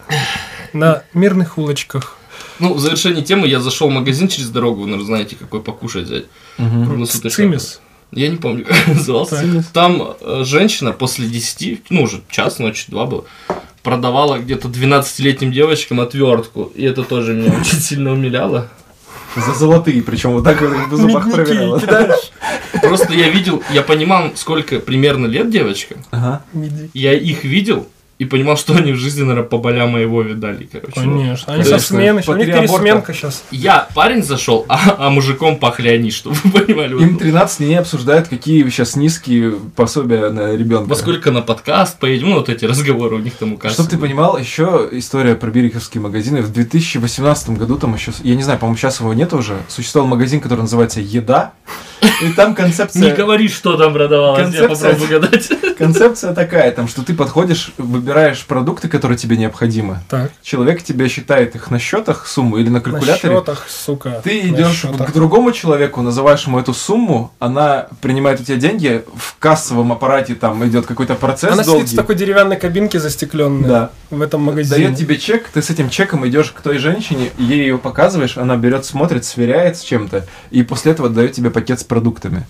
На мирных улочках. Ну, в завершении темы я зашел в магазин через дорогу, вы, наверное, знаете, какой покушать взять. Круглосуточно. Цимис. Я не помню, как назывался. Так. Там женщина после 10, ну, уже час, ночи, 2 было, продавала где-то 12-летним девочкам отвертку. И это тоже меня очень сильно умиляло. За золотые, причем вот так вот их в зубах Медники проверяла. кидаешь. Просто я видел, я понимал, сколько примерно лет девочкам. Ага. Меди. Я их видел и понимал, что они в жизни, наверное, по болям моего видали, короче. Конечно. Они Конечно. со смены, По у них 3 аборта. пересменка сейчас. Я парень зашел, а мужиком пахли они, чтобы вы понимали. Им 13 дней обсуждают, какие сейчас низкие пособия на ребенка. Во сколько на подкаст поедем, ну вот эти разговоры у них там указаны. Чтоб ты понимал, еще история про бериковские магазины. В 2018 году там еще, я не знаю, по-моему, сейчас его нет уже, существовал магазин, который называется «Еда». И там Не концепция... говори, что там продавалось, я Концепция- попробую угадать. Концепция такая, там, что ты подходишь, выбираешь продукты, которые тебе необходимы. Так. Человек тебе считает их на счетах сумму или на На калькуляторе. счетах, сука. Ты на идешь счетах. к другому человеку, называешь ему эту сумму, она принимает у тебя деньги, в кассовом аппарате там идет какой-то процесс Она долгий. сидит в такой деревянной кабинке застекленной Да. в этом магазине. Дает тебе чек, ты с этим чеком идешь к той женщине, ей ее показываешь, она берет, смотрит, сверяет с чем-то, и после этого дает тебе пакет с продуктами.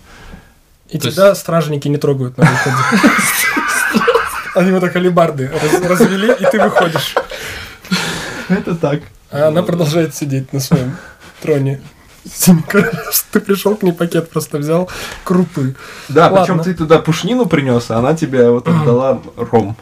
И То тебя стражники не трогают на выходе. Они вот так алебарды развели, и ты выходишь. Это так. А она продолжает сидеть на своем троне. Семи королевств. Ты пришел к ней, пакет просто взял, крупы. Да, Ладно. причем ты туда пушнину принес, а она тебе вот отдала ром.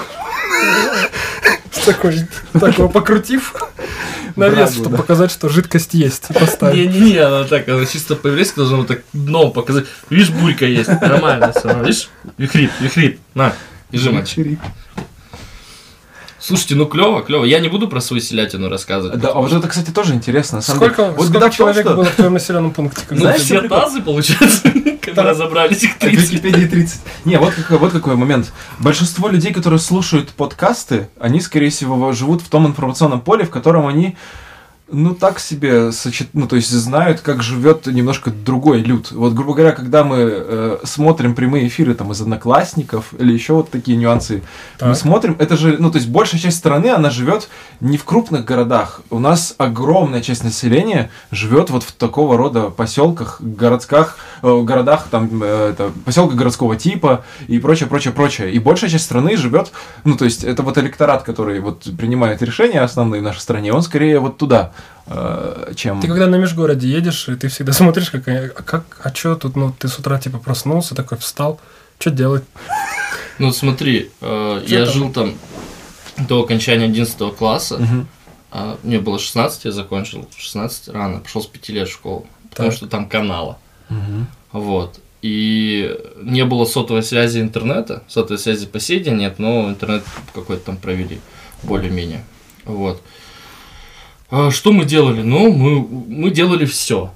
Такого покрутив на вес, Брагу, чтобы да. показать, что жидкость есть. И поставить. Не-не-не, она так, она чисто по-еврейски должна вот так дном показать. Видишь, булька есть, нормально все. Видишь, вихрит, на, держи, мальчик. Слушайте, ну клево. Я не буду про свою селятину рассказывать. Да, а вот это, кстати, тоже интересно. На самом деле. Сколько Вот беда в том, человек что- было в твоем населенном пункте? когда Ну, Знаешь, ты- все прикол? тазы, получается, когда разобрались их В 30. Википедии 30. Не, вот какой момент. Большинство людей, которые слушают подкасты, они, скорее всего, живут в том информационном поле, в котором они, ну, так себе, ну, то есть знают, как живет немножко другой люд. Вот, грубо говоря, когда мы смотрим прямые эфиры там из Одноклассников или еще вот такие нюансы, мы Так. смотрим, это же, ну, то есть большая часть страны, она живет не в крупных городах. У нас огромная часть населения живет вот в такого рода поселках, городах, там, поселках городского типа и прочее. И большая часть страны живет, ну, то есть это вот электорат, который вот принимает решения основные в нашей стране, он скорее вот туда, чем... Ты когда на межгороде едешь, и ты всегда смотришь, а что тут, ну, ты с утра типа проснулся, такой встал, что делать? Ну, смотри, я там? жил там до окончания 11 класса. Мгм. Мне было 16, я закончил 16 рано, пошел с 5 лет в школу, потому Так. что там канала. Мгм. Вот. И не было сотовой связи интернета, сотовой связи по сей день нет, но интернет какой-то там провели, более-менее. Вот. А что мы делали? Ну, мы делали все.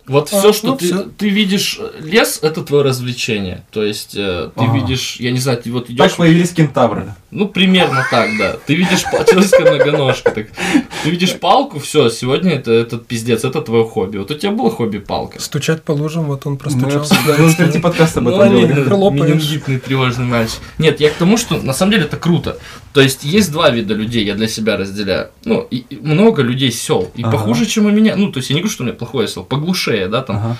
Вот все, что ну, всё. ты видишь, лес, это твое развлечение. То есть ты видишь, я не знаю, ты вот идешь. Так появились кентавры. Ну, примерно так, да. Ты видишь человеческая многоножка. Так. Ты видишь палку, все, сегодня этот пиздец, это твое хобби. Вот у тебя было хобби палка. Стучать по лужам, вот он Мы простучался. обсуждали впереди подкаста об Ну, этом говорили. хлопаешь. менингитный тревожный мальчик. Нет, я к тому, что на самом деле это круто. То есть есть два вида людей, я для себя разделяю. Ну, и много людей сел. И похуже, чем у меня. Ну, то есть я не говорю, что у меня плохое сел, поглушее, да, там.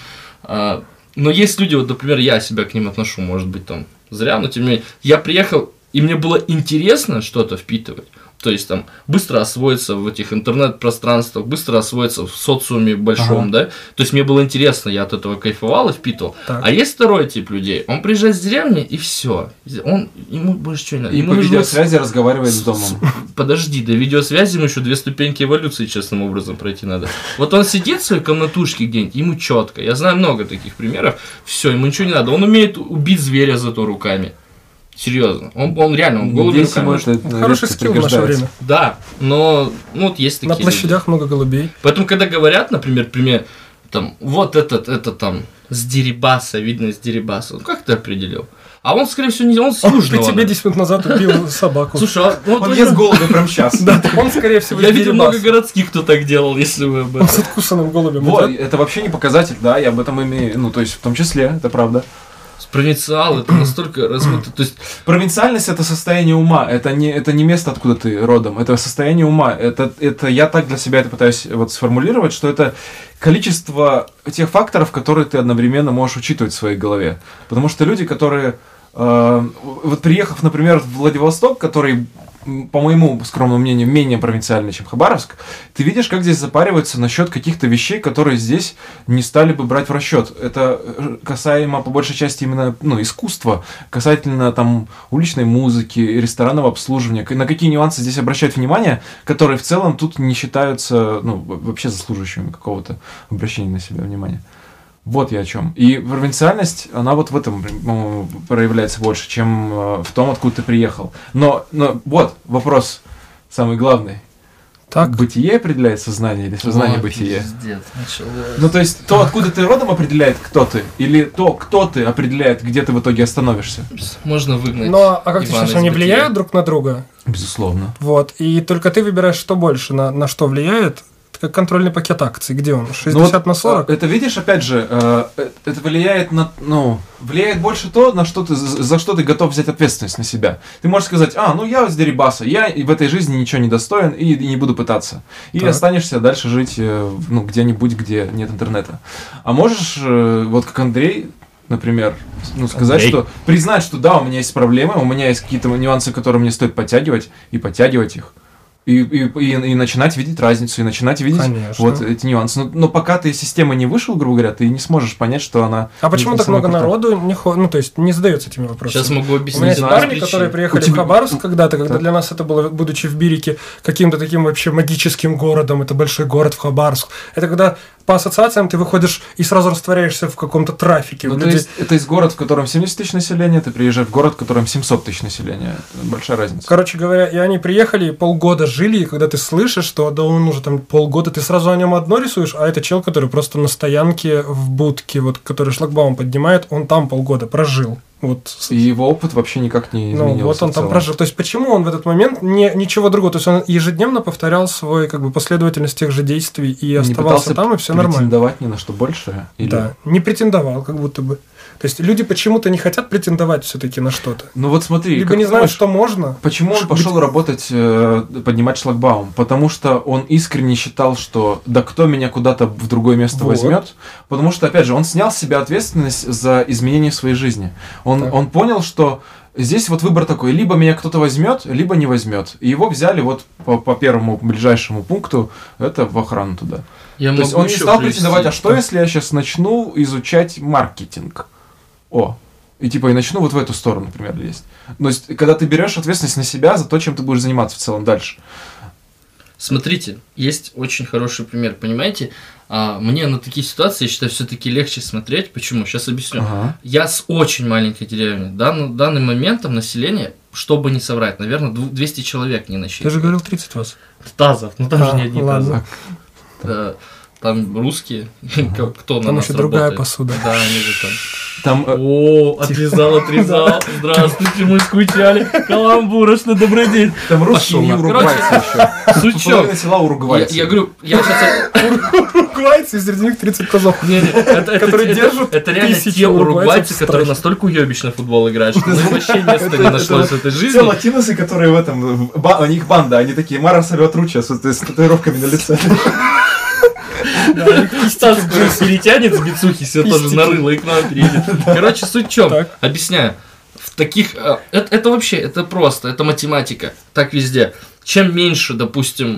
Но есть люди, вот, например, я себя к ним отношу, может быть, там, зря, но тем не менее. Я приехал, и мне было интересно что-то впитывать. То есть там быстро освоиться в этих интернет-пространствах, быстро освоиться в социуме большом, да. То есть мне было интересно, я от этого кайфовал и впитывал. Так. А есть второй тип людей. Он приезжает с деревни и все. Ему больше ничего не надо. И Ему по нужно видеосвязи разговаривает с домом. Подожди, до видеосвязи ему еще 2 ступеньки эволюции честным образом пройти надо. Вот он сидит в своей комнатушке где-нибудь, ему четко. Я знаю много таких примеров. Все, ему ничего не надо. Он умеет убить зверя зато руками. Серьезно. Он реально, он голыми Здесь руками ему может. это Хороший редко скилл в наше пригождается. время. Да, но ну, вот есть такие На люди. площадях много голубей. Поэтому, когда говорят, например, там, вот это там, с Дерибаса, видно с Дерибаса, ну, как ты определил? А он, скорее всего, не он с При Южного. тебе 10 минут назад убил собаку. Слушай, а вот Он вы- ест голубя прям сейчас. Да, он, скорее всего, я из видел Дерибаса. много городских, кто так делал, если вы об Он этом. с откусанным голубем Вот, идет. это вообще не показатель, да, я об этом имею, ну, то есть, в том числе, это правда. Провинциал, это настолько размыто. То есть, Провинциальность — это состояние ума, это не место, откуда ты родом, это состояние ума. Это я так для себя это пытаюсь вот сформулировать, что это количество тех факторов, которые ты одновременно можешь учитывать в своей голове. Потому что люди, которые, вот приехав, например, в Владивосток, который, по моему скромному мнению, менее провинциальный, чем Хабаровск, ты видишь, как здесь запариваются насчет каких-то вещей, которые здесь не стали бы брать в расчет. Это касаемо, по большей части, именно искусства, касательно там уличной музыки, ресторанного обслуживания, на какие нюансы здесь обращают внимание, которые в целом тут не считаются вообще заслуживающими какого-то обращения на себя внимания. Вот я о чем. И провинциальность, она вот в этом, по-моему, проявляется больше, чем в том, откуда ты приехал. Но вот вопрос самый главный. Так. Бытие определяет сознание или сознание бытие? Пиздец, началось. Ну, то есть, то, откуда ты родом, определяет, кто ты? Или то, кто ты, определяет, где ты в итоге остановишься? Можно выгнать. Но, а как ты Ивана считаешь, из они бытия. влияют друг на друга? Безусловно. Вот. И только ты выбираешь, что больше, на что влияет. Это как контрольный пакет акций. Где он? 60 на 40? Это, видишь, опять же, это влияет на, влияет больше то, на что ты, за что ты готов взять ответственность на себя. Ты можешь сказать, я из Дерибаса, я в этой жизни ничего не достоин и не буду пытаться. Или Так. останешься дальше жить, где-нибудь, где нет интернета. А можешь, вот как Андрей, например, сказать, Андрей. что признать, что да, у меня есть проблемы, у меня есть какие-то нюансы, которые мне стоит подтягивать, и подтягивать их. И начинать видеть разницу, и начинать видеть Конечно. вот эти нюансы. Но пока ты из системы не вышел, грубо говоря, ты не сможешь понять, что она... А почему не так самая много крутая. народу то есть не задается этими вопросами? Сейчас могу У объяснить. меня есть одну из парни, причин. которые приехали У тебя- в Хабаровск когда-то, когда Так. для нас это было, будучи в Бирике, каким-то таким вообще магическим городом, это большой город в Хабаровск. Это когда по ассоциациям ты выходишь и сразу растворяешься в каком-то трафике. Ну, У то людей- есть, это из города, в котором 70 тысяч населения, ты приезжаешь в город, в котором 700 тысяч населения. Это большая разница. Короче говоря, и они приехали, и полгода жили, и когда ты слышишь, что да он уже там полгода, ты сразу о нем одно рисуешь, а это чел, который просто на стоянке в будке, вот, который шлагбаум поднимает, он там полгода прожил. Вот. И его опыт вообще никак не изменился. Ну, вот он в там целом. прожил. То есть, почему он в этот момент ничего другого? То есть, он ежедневно повторял свой, последовательность тех же действий и Не оставался пытался там, и все нормально. претендовать ни на что большее? Или... Да, не претендовал, как будто бы. То есть, люди почему-то не хотят претендовать все-таки на что-то. Ну вот смотри, Либо как не ты знают, думаешь, что можно. почему он пошел работать, поднимать шлагбаум? Потому что он искренне считал, что да кто меня куда-то в другое место Вот. возьмет. Потому что, опять же, он снял с себя ответственность за изменение своей жизни. Так. Он понял, что здесь вот выбор такой: либо меня кто-то возьмет, либо не возьмет. И его взяли вот по первому ближайшему пункту, это в охрану туда. Я То есть могу он не еще стал привести. претендовать, а что если я сейчас начну изучать маркетинг? И начну вот в эту сторону, например, лезть. То есть, когда ты берешь ответственность на себя за то, чем ты будешь заниматься в целом дальше. Смотрите, есть очень хороший пример, понимаете? Мне на такие ситуации, я считаю, все-таки легче смотреть. Почему? Сейчас объясню. Ага. Я с очень маленькой деревни. На данный момент там население, чтобы не соврать, наверное, 200 человек не Ты же насчитывает. говорил 30 вас. Тазов, ну там же не одни ладно. тазы. Там русские. Кто на Там нас еще другая работает? посуда. Да, они же там. Там О, отрезал. Здравствуйте, мы скучали. Каламбур, что добрый день. Там русские и Пошел на- уругвайцы еще. Суть в чем? Половина села уругвайцы. Я говорю, я сейчас... Уругвайцы, и среди них 30 козов. Которые держат это реально тысячи те уругвайцев уругвайцы, которые страшно. настолько уебищно в футбол играют, что у них вообще места не нашлось в этой Все жизни. латиносы, которые в этом, у них банда, они такие Мара Сальватруччи с татуировками на лице. Стас перетянет с бицухи, себе тоже нарыло и к нам перейдет. Короче, суть в чем? Так. Объясняю. В таких... Это вообще, это просто, это математика. Так везде. Чем меньше, допустим,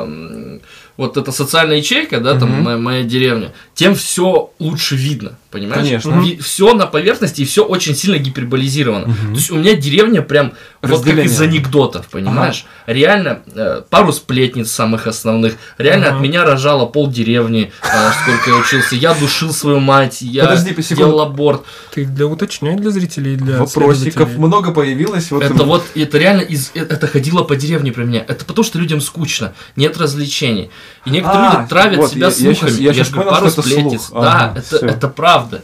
вот эта социальная ячейка, да, там моя деревня, тем все лучше видно, понимаешь? Конечно. Все на поверхности и все очень сильно гиперболизировано. То есть у меня деревня прям вот как из анекдотов, понимаешь? Реально пару сплетниц самых основных. Реально от меня рожало пол деревни, сколько я учился. Я душил свою мать, я Подожди, секунду. делал аборт. Ты для уточнять для зрителей и для Вопросиков следователей. много появилось. Вот Это вот, это реально, это ходило по деревне при мне. Это потому, что людям скучно, нет развлечений. И некоторые люди травят вот, себя я слухами. щас- я щас же говорю, понял, пару что это сплетниц. слух. Да, Ага, всё. это правда.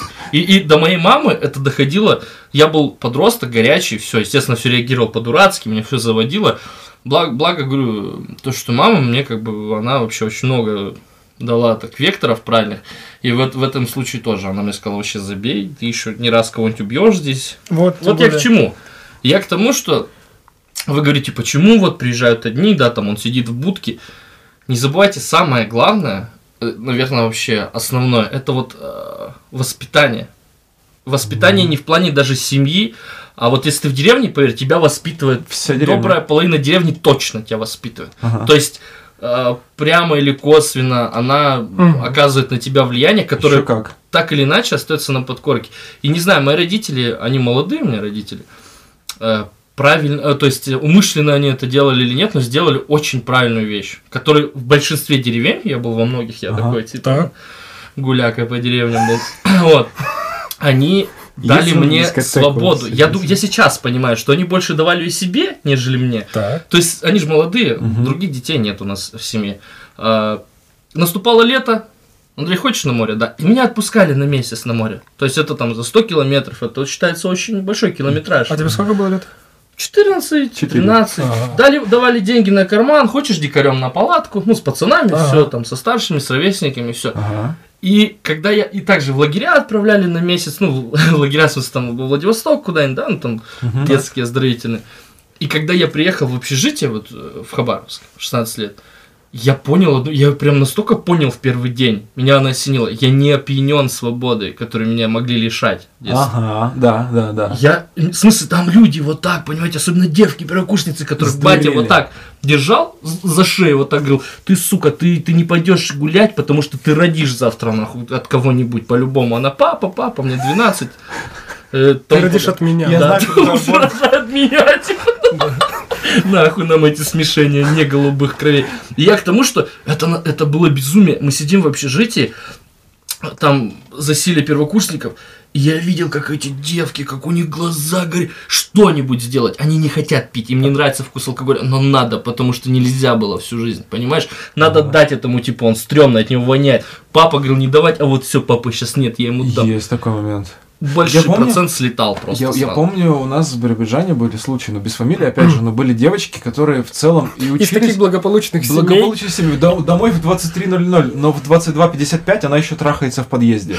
И до моей мамы это доходило. Я был подросток, горячий, все, естественно, все реагировал по-дурацки, меня все заводило. Благо, говорю, то, что мама мне как бы, она вообще очень много дала так векторов правильных. И в этом случае тоже она мне сказала, вообще забей, ты еще не раз кого-нибудь убьешь здесь. Вот Вот я к чему? Я к тому, что вы говорите, почему вот приезжают одни, да, там он сидит в будке. Не забывайте, самое главное, наверное, вообще основное, это вот воспитание. Воспитание не в плане даже семьи, а вот если ты в деревне, поверь, тебя воспитывает Вся деревня. добрая половина деревни точно тебя воспитывает. Ага. То есть прямо или косвенно она оказывает на тебя влияние, которое Ещё как. так или иначе остается на подкорке. И не знаю, мои родители, они молодые, у меня родители, правильно, то есть умышленно они это делали или нет, но сделали очень правильную вещь, которую в большинстве деревень, я был во многих, я такой типа Так. гуляка по деревням был, вот, они дали Есть мне дискотека свободу. у вас, Я сейчас понимаю, что они больше давали и себе, нежели мне. Так. То есть они же молодые, других детей нет у нас в семье. Наступало лето, Андрей, хочешь на море? Да. И меня отпускали на месяц на море. То есть это там за 100 километров, это считается очень большой километраж. А тебе сколько было лет? 14, 13. Ага. Давали деньги на карман, хочешь дикарем на палатку, ну, с пацанами, Ага. все, там, со старшими, с ровесниками, все. Ага. И когда я, и также в лагеря отправляли на месяц, ну, в лагеря, в смысле, там, во Владивосток куда-нибудь, да, ну, там, детские, оздоровительные. И когда я приехал в общежитие, вот, в Хабаровск, в 16 лет, я понял, я прям настолько понял в первый день, меня она осенила, я не опьянен свободой, которые меня могли лишать в детстве. Ага, да. Я, в смысле, там люди вот так, понимаете, особенно девки, первокурсницы, которых Сдурели. батя вот так держал за шею, вот так говорил, ты, сука, ты не пойдешь гулять, потому что ты родишь завтра, нахуй, от кого-нибудь, по-любому. Она, папа, мне 12. Ты родишь от меня. Я Да, знаю, ты какой лучше аборт. рожай от меня, типа. Нахуй нам эти смешения не голубых кровей. И я к тому, что это было безумие. Мы сидим в общежитии, там засилие первокурсников, и я видел, как эти девки, как у них глаза горят, что-нибудь сделать. Они не хотят пить, им не нравится вкус алкоголя, но надо, потому что нельзя было всю жизнь, понимаешь? Надо дать этому типу, он стрёмный, от него воняет. Папа говорил, не давать, а вот все, папы сейчас нет, я ему дам. Есть такой момент. Большой Я помню- процент слетал просто. Я сразу. помню, у нас в Биробиджане были случаи, но без фамилии, опять же, но были девочки, которые в целом и Из учились... таких благополучных семей. Благополучие семьи. Домой в 23:00, но в 22:55 она еще трахается в подъезде.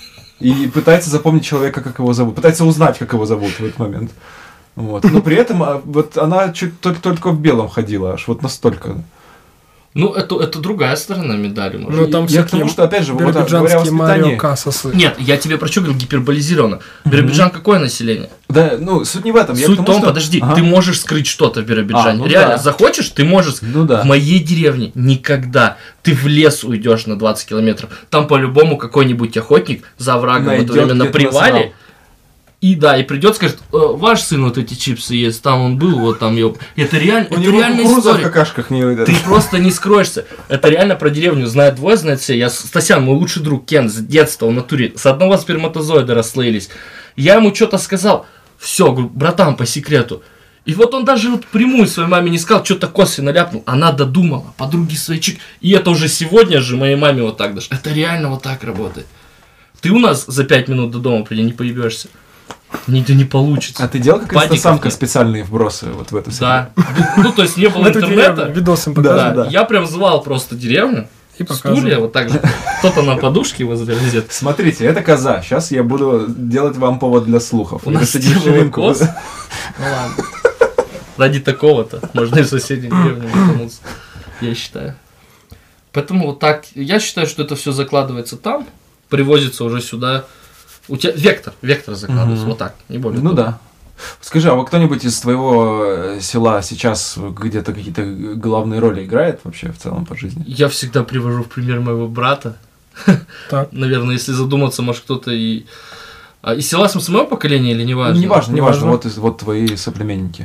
И пытается запомнить человека, как его зовут. Пытается узнать, как его зовут в этот момент. Вот. Но при этом вот она чуть только в белом ходила, аж вот настолько. Ну, это другая сторона медали, может. Ну, там Я к тому, что, опять же, вот говоря о биробиджанские Марио воспитании... Касасы. Нет, я тебе про что говорю, гиперболизировано. Биробиджан какое население? Да, ну, суть не в этом. Я Суть к в тому, том, что- подожди, Ага. ты можешь скрыть что-то в Биробиджане. Ну Реально, да. захочешь, ты можешь. Ну да. В моей деревне никогда. Ты в лес уйдешь на 20 километров. Там по-любому какой-нибудь охотник за оврагом в это Найдёт время на где-то привале. насрал. И да, и придет, скажет, ваш сын вот эти чипсы ест, там он был, вот там его. Это реально, У это него реальная кукуруза в история. какашках не выйдет. Ты просто не скроешься. Это реально про деревню. Знает двое, знает все. Я Стасян, мой лучший друг, Кен, с детства в натуре. С одного сперматозоида расслоились. Я ему что-то сказал. Все, говорю, братан, по секрету. И вот он даже вот прямую своей маме не сказал, что-то косвенно ляпнул. Она додумала, подруги свои чик. И это уже сегодня же моей маме вот так даже. Это реально вот так работает. Ты у нас за 5 минут до дома приди, не поебешься. Не получится. А ты делал как Падиков инстасамка нет. специальные вбросы вот в эту Да. Ну, то есть не было В эту деревню интернета. видос им Да. показывали. Да. Я прям звал просто деревню. И показывали. Стулья, вот так же. Кто-то на подушке возле розетки. Смотрите, это коза. Сейчас я буду делать вам повод для слухов. У нас Рассадим тяжелый ширинку. коз. Ну ладно. Ради такого-то можно и в соседней деревне вернуться, я считаю. Поэтому вот так, я считаю, что это все закладывается там, привозится уже сюда. У тебя вектор закладывается, вот так, не более Ну того. да. Скажи, а вот кто-нибудь из твоего села сейчас где-то какие-то главные роли играет вообще в целом по жизни? Я всегда привожу в пример моего брата. Так. Наверное, если задуматься, может кто-то и... Из села с моего поколения или не важно? Неважно. Неважно. Вот твои соплеменники.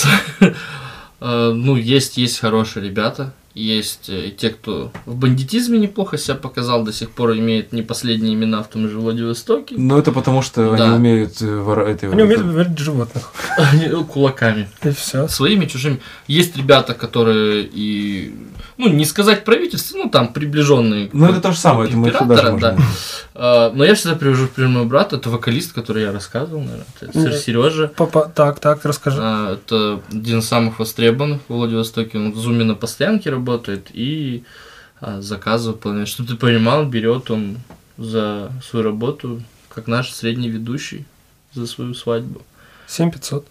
Ну, есть хорошие ребята, есть те, кто в бандитизме неплохо себя показал, до сих пор имеет не последние имена в том же Владивостоке. Ну, это потому, что Да. они умеют... Они умеют выбирать животных. Кулаками. И все. Своими, чужими. Есть ребята, которые и... Ну, не сказать правительство, ну, там, приближенные. Ну, это то же самое, это мы сюда же императора, можем. да. Но я всегда привожу в пример моего брата, это вокалист, который я рассказывал, наверное, это Сережа. Так, расскажи. Это один из самых востребованных в Владивостоке. Он в Зуме на постоянке работает и заказы выполняет. Чтобы ты понимал, берет он за свою работу, как наш средний ведущий, за свою свадьбу. 7500.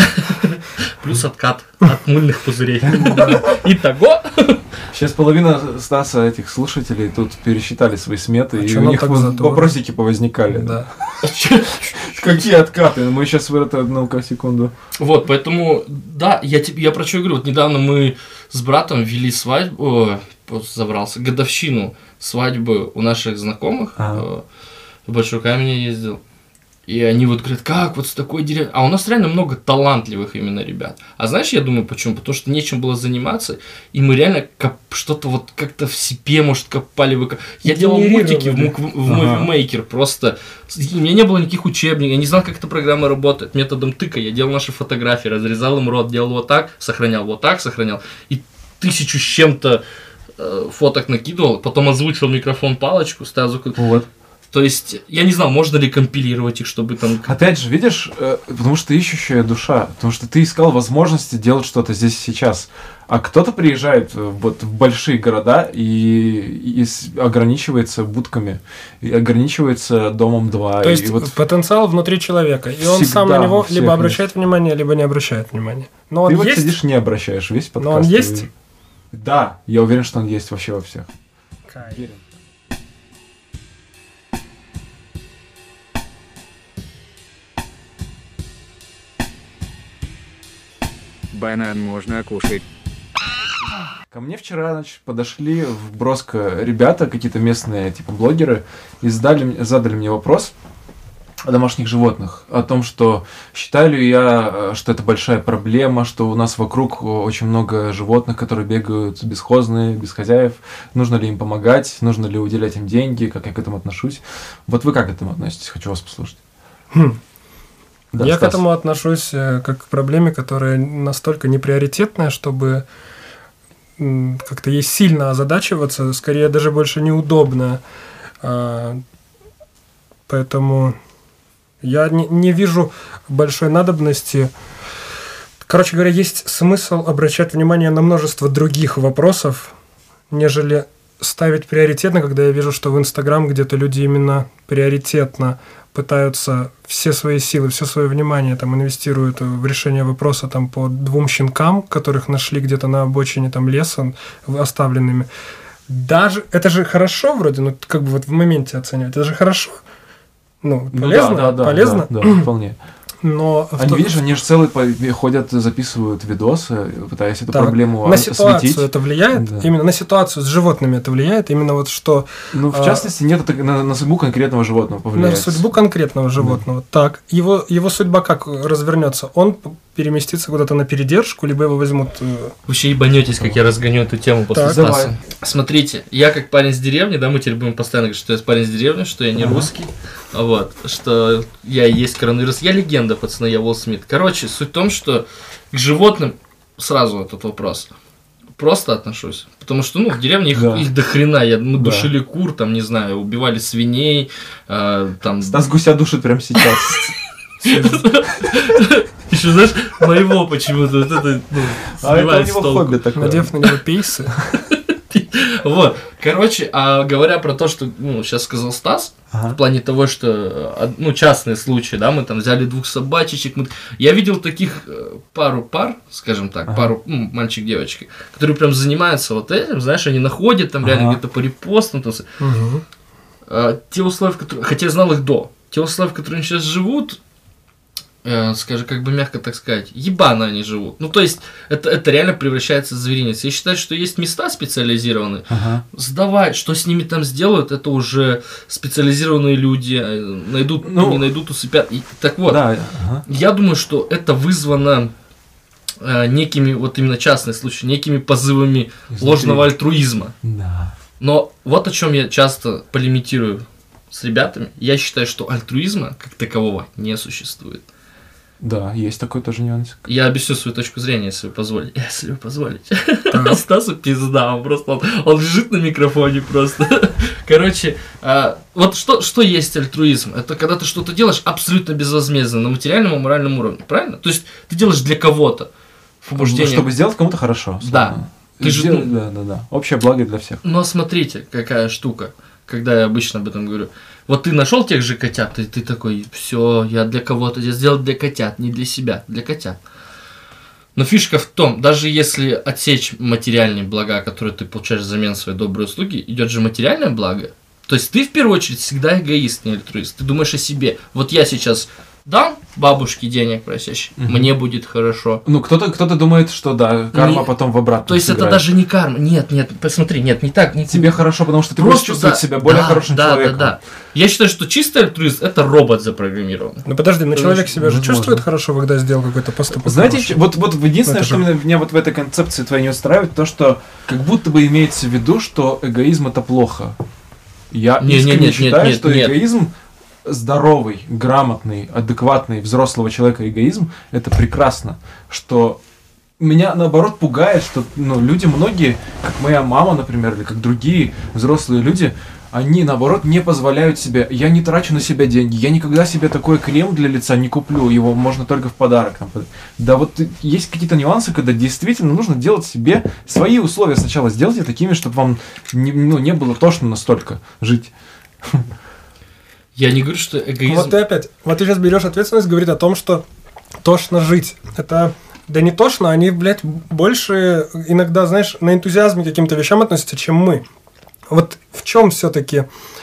Плюс откат от мыльных пузырей. Итого. Сейчас половина Стаса этих слушателей тут пересчитали свои сметы, А и чё у нам них так задорно? вопросики повозникали. Да. Какие откаты? Мы сейчас в это, одну секунду. Вот, поэтому, да, я про что говорю. Вот недавно мы с братом вели свадьбу, годовщину свадьбы у наших знакомых. Ага. В Большой Камень я ездил. И они вот говорят, как вот с такой деревней... А у нас реально много талантливых именно ребят. А знаешь, я думаю, почему? Потому что нечем было заниматься, и мы реально что-то вот как-то в себе, может, копали. Я делал мультики в Movie Maker просто. У меня не было никаких учебников, я не знал, как эта программа работает. Методом тыка я делал наши фотографии, разрезал им рот, делал вот так, сохранял. И 1000 с чем-то фоток накидывал, потом озвучил микрофон палочку, ставил звук. Вот. То есть, я не знал, можно ли компилировать их, чтобы там... Опять же, видишь, потому что ты ищущая душа, потому что ты искал возможности делать что-то здесь и сейчас. А кто-то приезжает вот в большие города и ограничивается будками, и ограничивается домом 2. То есть и вот потенциал внутри человека, и он всегда сам на него у всех либо обращает внимание, либо не обращает внимания. Но он ты вот есть. сидишь, не обращаешь весь подкаст. Но он есть? Да, я уверен, что он есть вообще во всех. Кайф. Банан можно кушать. Ко мне вчера, значит, подошли в Броско ребята, какие-то местные, типа, блогеры, и задали мне вопрос о домашних животных, о том, что считаю ли я, что это большая проблема, что у нас вокруг очень много животных, которые бегают бесхозные, без хозяев, нужно ли им помогать, нужно ли уделять им деньги, как я к этому отношусь. Вот вы как к этому относитесь? Хочу вас послушать. Да, Я Стас. к этому отношусь как к проблеме, которая настолько неприоритетная, чтобы как-то ей сильно озадачиваться, скорее даже больше неудобно. Поэтому я не вижу большой надобности. Короче говоря, есть смысл обращать внимание на множество других вопросов, нежели ставить приоритетно, когда я вижу, что в Инстаграм где-то люди именно приоритетно пытаются все свои силы, все свое внимание там инвестируют в решение вопроса там по 2 щенкам, которых нашли где-то на обочине там леса оставленными. Даже это же хорошо вроде, ну как бы вот в моменте оценивать, это же хорошо. Ну, полезно, полезно. Да, вполне. Но Они, видишь, они же целые ходят, записывают видосы, пытаясь эту так, проблему на ситуацию осветить. это влияет, Да. именно на ситуацию с животными это влияет, именно вот что... Ну, в частности, нет, это на судьбу конкретного животного повлияет. На судьбу конкретного животного. Так, его судьба как развернется? Он переместиться куда-то на передержку, либо его возьмут... Вообще ебанетесь, как я разгоню эту тему после Так, Стаса. давай. Смотрите, я как парень с деревни, да, мы теперь будем постоянно говорить, что я парень с деревни, что я не русский, вот, что я и есть коронавирус. Я легенда, пацаны, я Уилл Смит. Короче, суть в том, что к животным сразу этот вопрос. Просто отношусь. Потому что, ну, в деревне их до хрена. Мы душили кур, там, не знаю, убивали свиней, там... Стас гуся душит прямо сейчас. Еще, знаешь, моего почему-то вот это, ну, А это у сбивает с него толку. хобби такое. Надев на него пейсы. Вот, короче, говоря про то, что, ну, сейчас сказал Стас, в плане того, что, ну, частные случаи, да, мы там взяли 2 собачечек, я видел таких пару пар, скажем так, пару, мальчик-девочка, которые прям занимаются вот этим, знаешь, они находят там реально где-то по репостам, те условия, в которых, хотя я знал их до, те условия, в которых они сейчас живут, скажем, как бы мягко так сказать, ебано они живут. Ну, то есть, это реально превращается в зверинец. Я считаю, что есть места специализированные. Сдавай, что с ними там сделают, это уже специализированные люди найдут, не найдут, усыпят. Так вот, я думаю, что это вызвано некими, вот именно частные случаи, некими позывами ложного альтруизма. Да. Но вот о чем я часто полемитирую с ребятами. Я считаю, что альтруизма как такового не существует. Да, есть такой тоже нюанс. Я объясню свою точку зрения, если вы позволите. Если вы позволите. Стасу пизда, он лежит на микрофоне просто. Короче, вот что есть альтруизм? Это когда ты что-то делаешь абсолютно безвозмездно на материальном и моральном уровне, правильно? То есть ты делаешь для кого-то. Чтобы сделать кому-то хорошо. Да. Ты же, да. Общее благо для всех. Но смотрите, какая штука, когда я обычно об этом говорю. Вот ты нашел тех же котят, и ты такой, все, я для кого-то сделал для котят, не для себя, для котят. Но фишка в том, даже если отсечь материальные блага, которые ты получаешь взамен своей доброй услуги, идет же материальное благо. То есть ты в первую очередь всегда эгоист, не альтруист. Ты думаешь о себе. Вот я сейчас дам бабушке денег просящей, мне будет хорошо. Ну, кто-то думает, что да, карма потом в обратную. То есть сыграет. это даже не карма. Нет, посмотри, нет, не так. Тебе хорошо, потому что ты будешь чувствовать себя более хорошим человеком. Да. Я считаю, что чистый альтруист – это робот запрограммированный. Ну подожди, но человек себя же чувствует хорошо, когда сделал какой-то поступок. Знаете, вот единственное, что меня вот в этой концепции твоей не устраивает, то, что как будто бы имеется в виду, что эгоизм – это плохо. Я искренне считаю, что эгоизм здоровый, грамотный, адекватный взрослого человека эгоизм – это прекрасно. Что меня, наоборот, пугает, что люди многие, как моя мама, например, или как другие взрослые люди, они, наоборот, не позволяют себе, я не трачу на себя деньги, я никогда себе такой крем для лица не куплю, его можно только в подарок. Да вот есть какие-то нюансы, когда действительно нужно делать себе свои условия сначала, сделайте такими, чтобы вам не было тошно настолько жить. Я не говорю, что эгоизм... Вот ты опять, вот ты сейчас берешь ответственность, говорит о том, что тошно жить. Это, да не тошно, они, блядь, больше иногда, знаешь, на энтузиазме к каким-то вещам относятся, чем мы. Вот в чем все-таки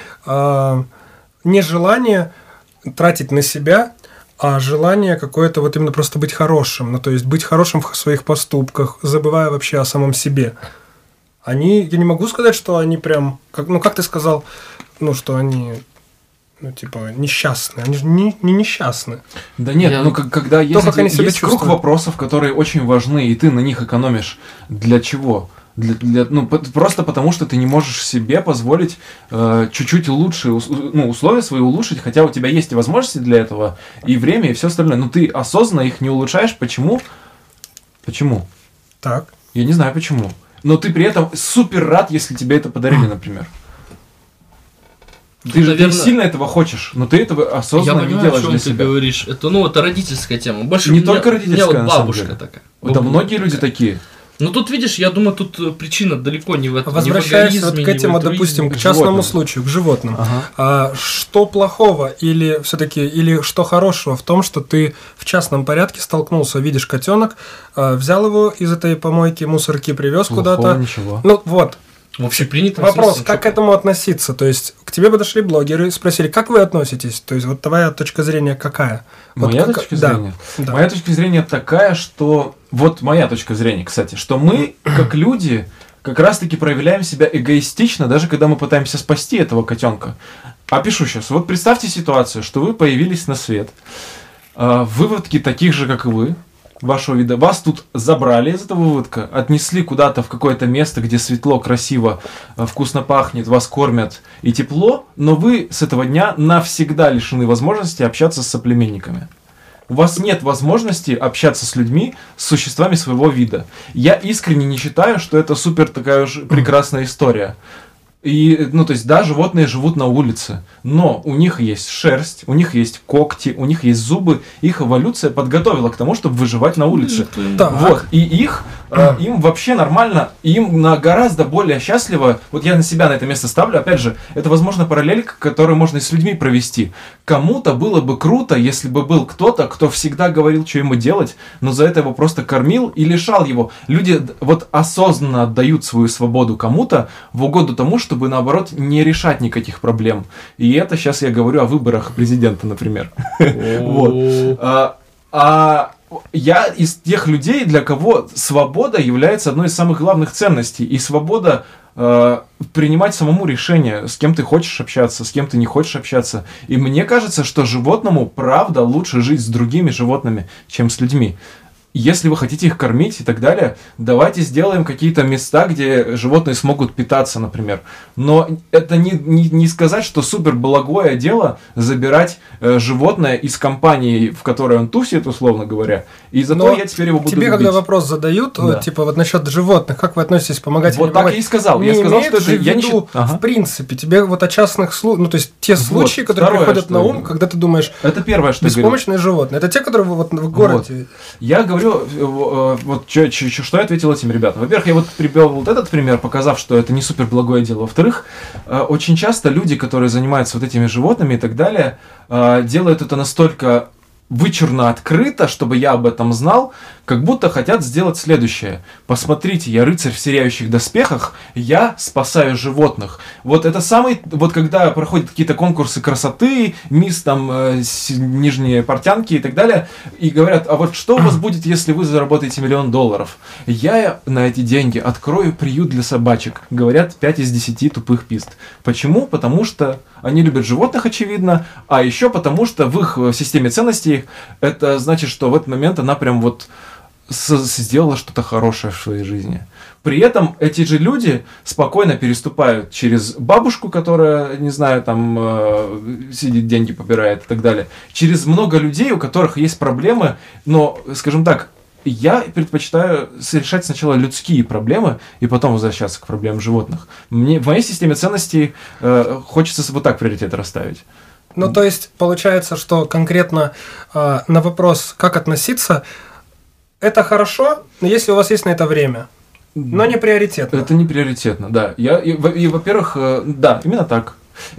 нежелание тратить на себя, а желание какое-то вот именно просто быть хорошим. Ну, то есть быть хорошим в своих поступках, забывая вообще о самом себе. Я не могу сказать, что они прям, как ты сказал, что они... несчастные. Они же не несчастны. Да нет, когда есть круг чувствуют. вопросов, которые очень важны, и ты на них экономишь. Для чего? Просто потому, что ты не можешь себе позволить чуть-чуть лучше условия свои улучшить, хотя у тебя есть и возможности для этого, и время, и все остальное. Но ты осознанно их не улучшаешь. Почему? Почему? Так. Я не знаю почему. Но ты при этом супер рад, если тебе это подарили, например. Ты сильно этого хочешь, но ты этого осознанно не делаешь для себя. Я понимаю, о чем ты говоришь. Это родительская тема. Больше не только родительская, у меня вот бабушка такая. Да, многие люди такие. Ну тут, видишь, я думаю, тут причина далеко не в этом. Возвращаясь вот к этому, допустим, к частному случаю, к животным. Что плохого или все-таки, или что хорошего в том, что ты в частном порядке столкнулся, видишь котенок, взял его из этой помойки, мусорки, привез куда-то. Ничего. Ну вот. Вообще принято. Вопрос, как к этому относиться? То есть, к тебе подошли блогеры и спросили, как вы относитесь? То есть, вот твоя точка зрения какая? Моя точка зрения? Да. Моя точка зрения такая, что... Вот моя точка зрения, кстати, что мы, как люди, как раз-таки проявляем себя эгоистично, даже когда мы пытаемся спасти этого котенка. Опишу сейчас. Вот представьте ситуацию, что вы появились на свет. Выводки таких же, как и вы. вашего вида, вас тут забрали из этого выводка, отнесли куда-то в какое-то место, где светло, красиво, вкусно пахнет, вас кормят и тепло, но вы с этого дня навсегда лишены возможности общаться с соплеменниками. У вас нет возможности общаться с людьми, с существами своего вида. Я искренне не считаю, что это супер такая уж прекрасная история. И, ну, то есть, да, животные живут на улице, но у них есть шерсть, у них есть когти, у них есть зубы. Их эволюция подготовила к тому, чтобы выживать на улице. Вот. И им вообще нормально, им гораздо более счастливо. Вот я на себя на это место ставлю. Опять же, это, возможно, параллель, которую можно и с людьми провести. Кому-то было бы круто, если бы был кто-то, кто всегда говорил, что ему делать, но за это его просто кормил и лишал его. Люди вот осознанно отдают свою свободу кому-то в угоду тому, чтобы, наоборот, не решать никаких проблем. И это сейчас я говорю о выборах президента, например. Вот. Я из тех людей, для кого свобода является одной из самых главных ценностей. И свобода принимать самому решение, с кем ты хочешь общаться, с кем ты не хочешь общаться. И мне кажется, что животному, правда, лучше жить с другими животными, чем с людьми. Если вы хотите их кормить и так далее, давайте сделаем какие-то места, где животные смогут питаться, например. Но это не сказать, что супер благое дело забирать животное из компании, в которой он тусит, условно говоря. И зато я теперь его буду тебе, любить. когда вопрос задают, да. типа вот насчет животных, как вы относитесь, помогать вот или помогать? так я и сказал. Не я сказал, что это я не считаю. в принципе, тебе вот о частных случаях, ну то есть те случаи, которые приходят на ум, когда ты думаешь, это первое, что беспомощные животные. Это те, которые вот в городе. Вот. Я говорю, вот что я ответил этим ребятам. Во-первых, я вот привел вот этот пример, показав, что это не супер благое дело. Во-вторых, очень часто люди, которые занимаются вот этими животными и так далее, делают это настолько вычурно открыто, чтобы я об этом знал, как будто хотят сделать следующее. Посмотрите, я рыцарь в сияющих доспехах, я спасаю животных. Вот это самый, вот когда проходят какие-то конкурсы красоты, мисс там, нижние портянки и так далее, и говорят, а вот что у вас будет, если вы заработаете $1 миллион? Я на эти деньги открою приют для собачек. Говорят 5 из 10 тупых пизд. Почему? Потому что они любят животных, очевидно, а еще потому что в их системе ценностей это значит, что в этот момент она прям вот сделала что-то хорошее в своей жизни. При этом эти же люди спокойно переступают через бабушку, которая, не знаю, там сидит, деньги побирает и так далее, через много людей, у которых есть проблемы, но, скажем так, я предпочитаю решать сначала людские проблемы и потом возвращаться к проблемам животных. В моей системе ценностей хочется вот так приоритет расставить. Ну, то есть, получается, что конкретно на вопрос, как относиться, это хорошо, но если у вас есть на это время, но не приоритетно. Это не приоритетно, да. Во-первых, да, именно так.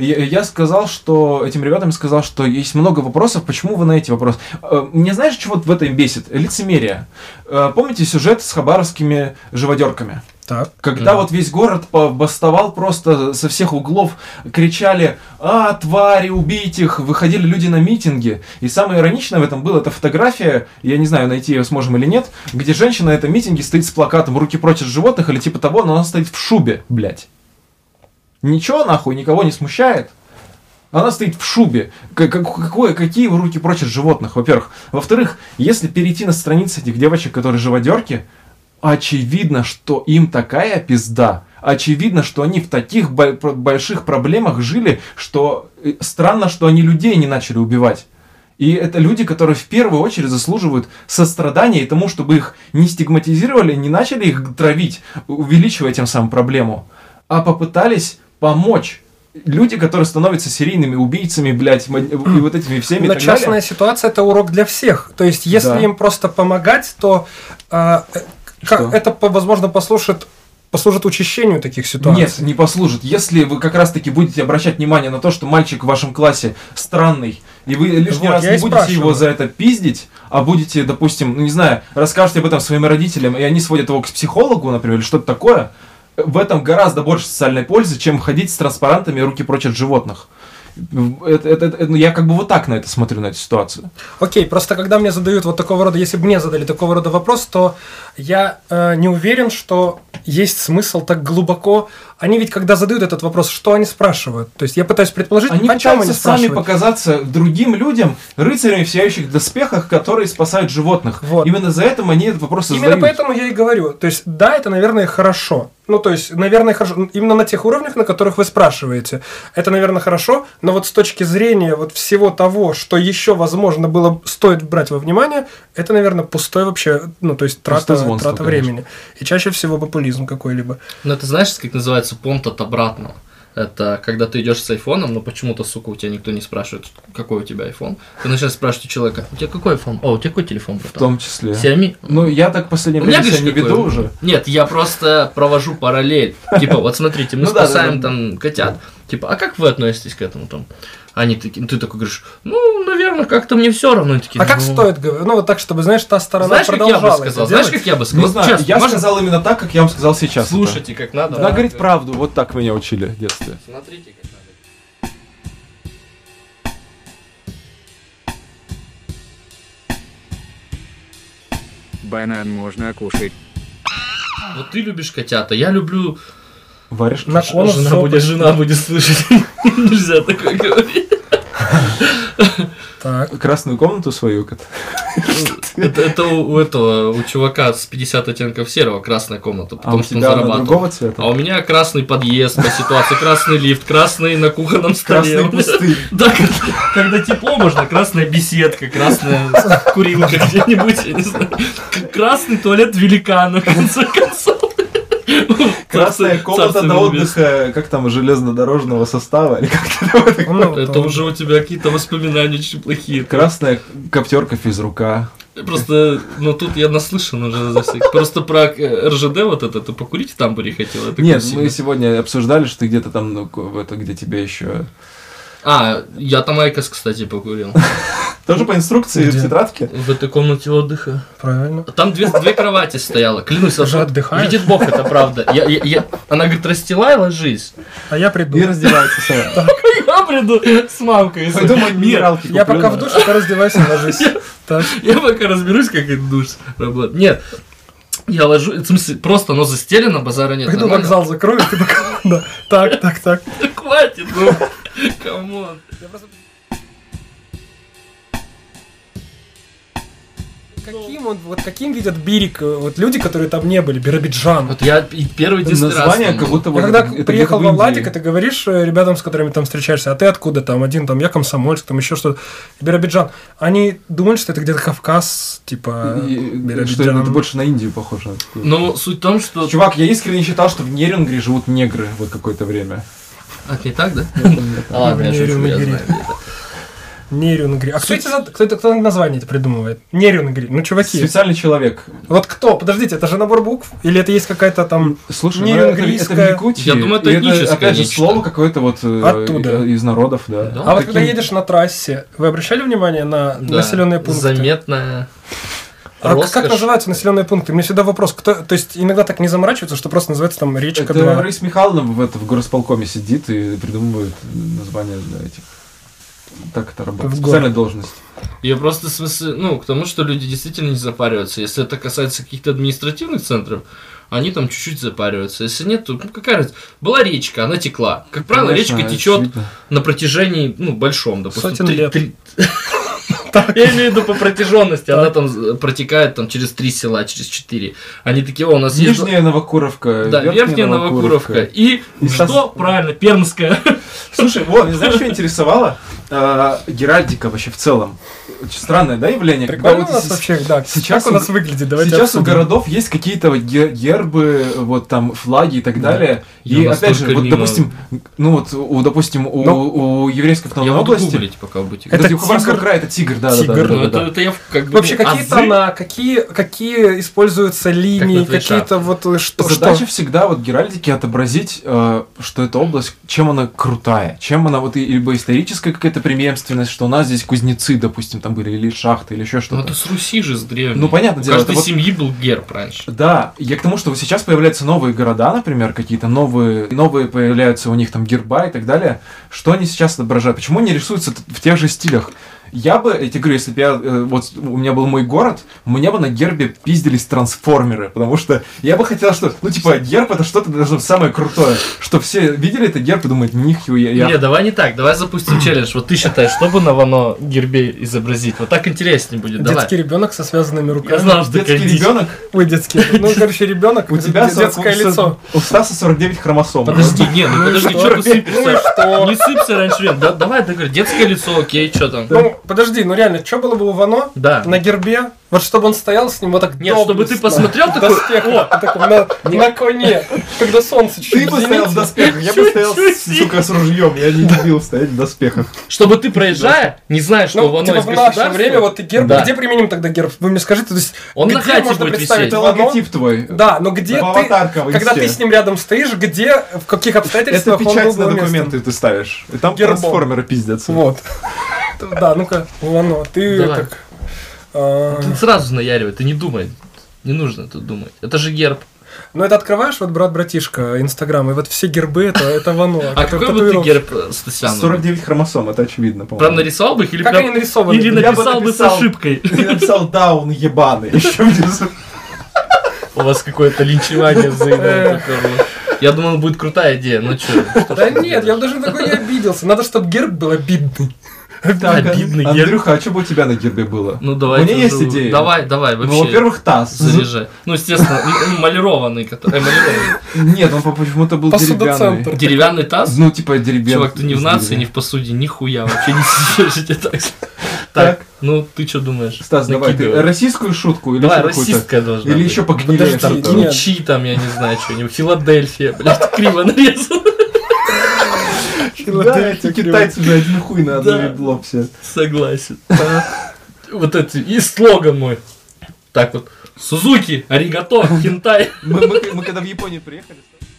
Я сказал, что этим ребятам сказал, что есть много вопросов, почему вы на эти вопросы. Мне знаешь, что вот в этом бесит? Лицемерие. Помните сюжет с хабаровскими живодерками? Так. Когда вот весь город бастовал просто со всех углов, кричали: твари, убить их, выходили люди на митинги. И самое ироничное в этом было, это фотография, я не знаю, найти ее сможем или нет, где женщина на этом митинге стоит с плакатом «Руки прочь от животных» или типа того, но она стоит в шубе, блядь. Ничего нахуй, никого не смущает. Она стоит в шубе. Какие вы руки прочь от животных, во-первых. Во-вторых, если перейти на страницы этих девочек, которые живодерки, очевидно, что им такая пизда. Очевидно, что они в таких больших проблемах жили, что странно, что они людей не начали убивать. И это люди, которые в первую очередь заслуживают сострадания и тому, чтобы их не стигматизировали, не начали их травить, увеличивая тем самым проблему, а попытались помочь. Люди, которые становятся серийными убийцами, блядь, и вот этими всеми. Но частная ситуация – это урок для всех. То есть, если им просто помогать, то это, возможно, послужит учащению таких ситуаций. Нет, не послужит. Если вы как раз-таки будете обращать внимание на то, что мальчик в вашем классе странный, и вы лишний раз не будете его за это пиздить, а будете, допустим, не знаю, расскажете об этом своим родителям, и они сводят его к психологу, например, или что-то такое, в этом гораздо больше социальной пользы, чем ходить с транспарантами «Руки прочь от животных». Я как бы вот так на это смотрю, на эту ситуацию. Окей, просто когда мне задают вот такого рода, если бы мне задали такого рода вопрос, то я не уверен, что есть смысл так глубоко. Они ведь, когда задают этот вопрос, что они спрашивают? То есть я пытаюсь предположить, Они о чем они пытаются сами спрашивают. показаться другим людям рыцарями в сияющих доспехах, которые спасают животных. Вот. Именно за это они этот вопрос задают. Именно поэтому я и говорю. То есть, да, это, наверное, хорошо. Ну, то есть, наверное, хорошо. Именно на тех уровнях, на которых вы спрашиваете. Это, наверное, хорошо. Но вот с точки зрения вот всего того, что еще, возможно, было стоит брать во внимание, это, наверное, пустой вообще, ну, то есть, трата времени. И чаще всего популизм какой-либо. Ну, это знаешь, как называется понт от обратного? Это когда ты идешь с айфоном, но почему-то, сука, у тебя никто не спрашивает, какой у тебя айфон. Ты начинаешь спрашивать у человека, у тебя какой айфон? О, у тебя какой телефон, братан? В том числе. Xiaomi? Ну, я так в последнее время себя не веду уже. Нет, я просто провожу параллель. Типа, вот смотрите, мы спасаем там котят. Типа, а как вы относитесь к этому там? Они такие, ты такой говоришь, ну, наверное, как-то мне все равно. Такие, а как стоит говорить? Ну, вот так, чтобы, знаешь, та сторона знаешь, продолжала как я бы сказал? Знаешь, как я бы сказал? Не знаю, Честно, я можно? сказал именно так, как я вам сказал сейчас. Слушайте, как надо. Надо говорить правду, вот так меня учили в детстве. Смотрите, как надо. Банан можно кушать. Вот ты любишь котят, а я люблю... Варишь? На конус Жена будет слышать. Нельзя такое говорить. Так. Красную комнату свою. Это у этого, у чувака с 50 оттенков серого красная комната, А у потому что он тебя она зарабатывал. другого цвета? А у меня красный подъезд по ситуации, красный лифт, красный на кухонном столе. Красный пустырь. Да, когда тепло, можно красная беседка, красная курилка где-нибудь, я не знаю. Красный туалет великана, в конце концов. Красная комната Царство для небесное. отдыха, как там, железнодорожного состава, или как-то там. Ну, Это уже у тебя какие-то воспоминания очень плохие. Красная коптерка физрука. Просто, ну тут я наслышан уже за всех. Просто про РЖД вот это, ты покурить в тамбуре хотел? Это Нет, красиво. мы сегодня обсуждали, что ты где-то там, ну, в это, где тебе еще... А, я там Айкос, кстати, покурил. Тоже по инструкции Где? в тетрадке? В этой комнате отдыха. Правильно. Там две кровати стояло, клянусь. Ты же вот отдыхаешь? видит Бог, это правда. Она говорит, расстилай, ложись. А я приду. И раздевается сама. Я приду с мамкой. Пойду минералки Я куплю, пока в да. душе, ты раздевайся и ложись. Так. Я пока разберусь, как этот душ работает. Нет, я ложу, в смысле, просто оно застелено, базара нет. Пойду нормально. вокзал закрою, ты пока... Да. Так. Хватит, ну, камон. Каким видят Бирик вот люди, которые там не были, Биробиджан? Вот я и первый раз. Название там, как будто Я вот... когда это приехал где-то во в Владик, Индии. ты говоришь ребятам, с которыми там встречаешься, а ты откуда там? Один там, я Комсомольск, там еще что-то. Биробиджан. Они думают, что это где-то Кавказ, типа И- Что Биробиджан. это больше на Индию похоже. Но суть в том, что... Чувак, я искренне считал, что в Нерюнгри живут негры вот какое-то время. А, не так, да? А, ладно, я шучу, я знаю. где это. Нерюнгри. А кто название это придумывает? Нерюнгри. Ну, чуваки. Специальный человек. Вот кто? Подождите, это же набор букв? Или это есть какая-то там... Слушай, ну Нерюнгрийская- это в Якутии. Я думаю, это И этническое опять же, нечто. слово какое-то вот Оттуда. из народов, да. Да. А вот когда едешь на трассе, вы обращали внимание на Да, населенные пункты? заметная А роскошь. как называются населенные пункты? Мне всегда вопрос, кто... То есть иногда так не заморачиваются, что просто называется там речка Это 2. Раиса Михайловна в горосполкоме сидит и придумывает названия для этих. Так это работает. В Специальная город. должность. Я просто в смысле, ну, к тому, что люди действительно не запариваются. Если это касается каких-то административных центров, они там чуть-чуть запариваются. Если нет, то ну, какая разница? Была речка, она текла. Как правило, Конечно, речка течет очевидно. на протяжении, ну, большом, допустим. Сотен лет. Я имею в виду по протяженности, она там протекает там через 3 села, через 4. Они такие, о, у нас есть... Нижняя Новокуровка. Да, верхняя Новокуровка. И что? Правильно, Пермская. Слушай, вот, знаешь, что интересовало? Геральдика вообще в целом. Очень странное, да, явление? Когда Прикольно вот у нас вообще, да. сейчас Как у нас выглядит? Давайте Сейчас у обсудим. городов есть какие-то вот гербы, вот там флаги и так далее. Я И опять же, настолько вот не допустим, ну вот, допустим, у еврейской Я автономной буду области. гуглить, пока будете. Это Кстати, у Хабаровского тигр. края это тигр, Да. Ну, это я как бы... Вообще, какие тона, какие используются линии, Как на какие-то вот что. Задача всегда вот геральдики отобразить, что эта область, чем она крутая, чем она вот либо историческая какая-то преемственность, что у нас здесь кузнецы, допустим, там были, или шахты, или еще Ну, что-то. это с Руси же, с древней. Ну, понятное У дело, каждой это вот- семьи был герб раньше. Да, я к тому, что вот сейчас появляются новые города, например, какие-то новые появляются у них там герба и так далее. Что они сейчас отображают? Почему они рисуются в тех же стилях? Я бы, я тебе говорю, если бы я, вот у меня был мой город, у меня бы на гербе пиздились трансформеры, потому что я бы хотел, что, ну, типа, герб это что-то должно быть самое крутое, что все видели это герб и думают, нихуя. Не, давай не так, давай запустим челлендж. Вот ты считаешь, что бы на Вано гербе изобразить? Вот так интереснее будет, давай. Детский ребенок со связанными руками. Я знал, что Детский такая дичь. ребенок, Ой, детский. Ну, короче, ребенок, у тебя детское лицо. У Стаса 49 хромосом. Подожди, не, ну подожди, что? что ты сыпешься? что? Не сыпься раньше времени. Давай, говори, детское лицо, окей, что там? Ну, подожди, ну реально, что было бы у Вано Да. на гербе? Вот чтобы он стоял с ним вот так Нет, чтобы ты доблестно, посмотрел в такой, доспехах, такой на коне, когда солнце Ты чуть-чуть бы стоял в зенит. доспехах, я бы стоял, сука, с ружьем, я не любил стоять в доспехах. Чтобы ты, проезжая, не знаешь, что Ну, Вано типа из в наше государства. время вот и герб, Да. где применим тогда герб? Вы мне скажите, то есть Он на где хате можно будет представить висеть. Это Вано? логотип твой. Да, но где ты, Аватарка в когда инсте. ты с ним рядом стоишь, где, в каких Это обстоятельствах он печать был на бы уместен? документы ты ставишь. И там Гербом. трансформеры пиздятся. Вот. Да, ну-ка, Вано, ты Давай. так... а, Ты сразу наяривай, ты не думай. Не нужно тут думать. Это же герб. Ну, это открываешь, вот брат-братишка, Инстаграм, и вот все гербы, это Вано. А какой бы ты герб Стасяну? 49 хромосом, это очевидно, Прям по-моему. нарисовал бы их или Как прям... они нарисованы? Или Я бы написал бы с написал. ошибкой. Я написал даун ебаный. Еще внизу. У вас какое-то линчевание взаимное. Я думал, будет крутая идея, ну чё? Да нет, я бы даже на такой не обиделся. Надо, чтобы герб был обидный. Обидный герб. Андрюха, а что бы у тебя на гербе было? Ну давай. У меня есть идея. Давай, Ну, вообще. во-первых, таз. Заряжай. Ну, естественно, малированный, который... малированный. Нет, он почему-то был деревянный. Посудоцентр. Деревянный таз? Ну, типа деревянный. Чувак, ты ни в нации, ни в посуде, нихуя вообще не сидишь, я тебе так скажу. Так, ну ты что думаешь? Стас, давай, ты Накидывай. российскую шутку или Давай, еще какую-то? расистская должна Или быть. еще погнилее Подожди, Там что-то. нет. Кимчи, там, я не знаю, что-нибудь. Филадельфия, блядь, криво нарезано. Да, эти китайцы же один хуй на одно Да. ебло все. Согласен. Вот это, и слоган мой. Так вот. Сузуки, аригато, хентай. Мы когда в Японию приехали...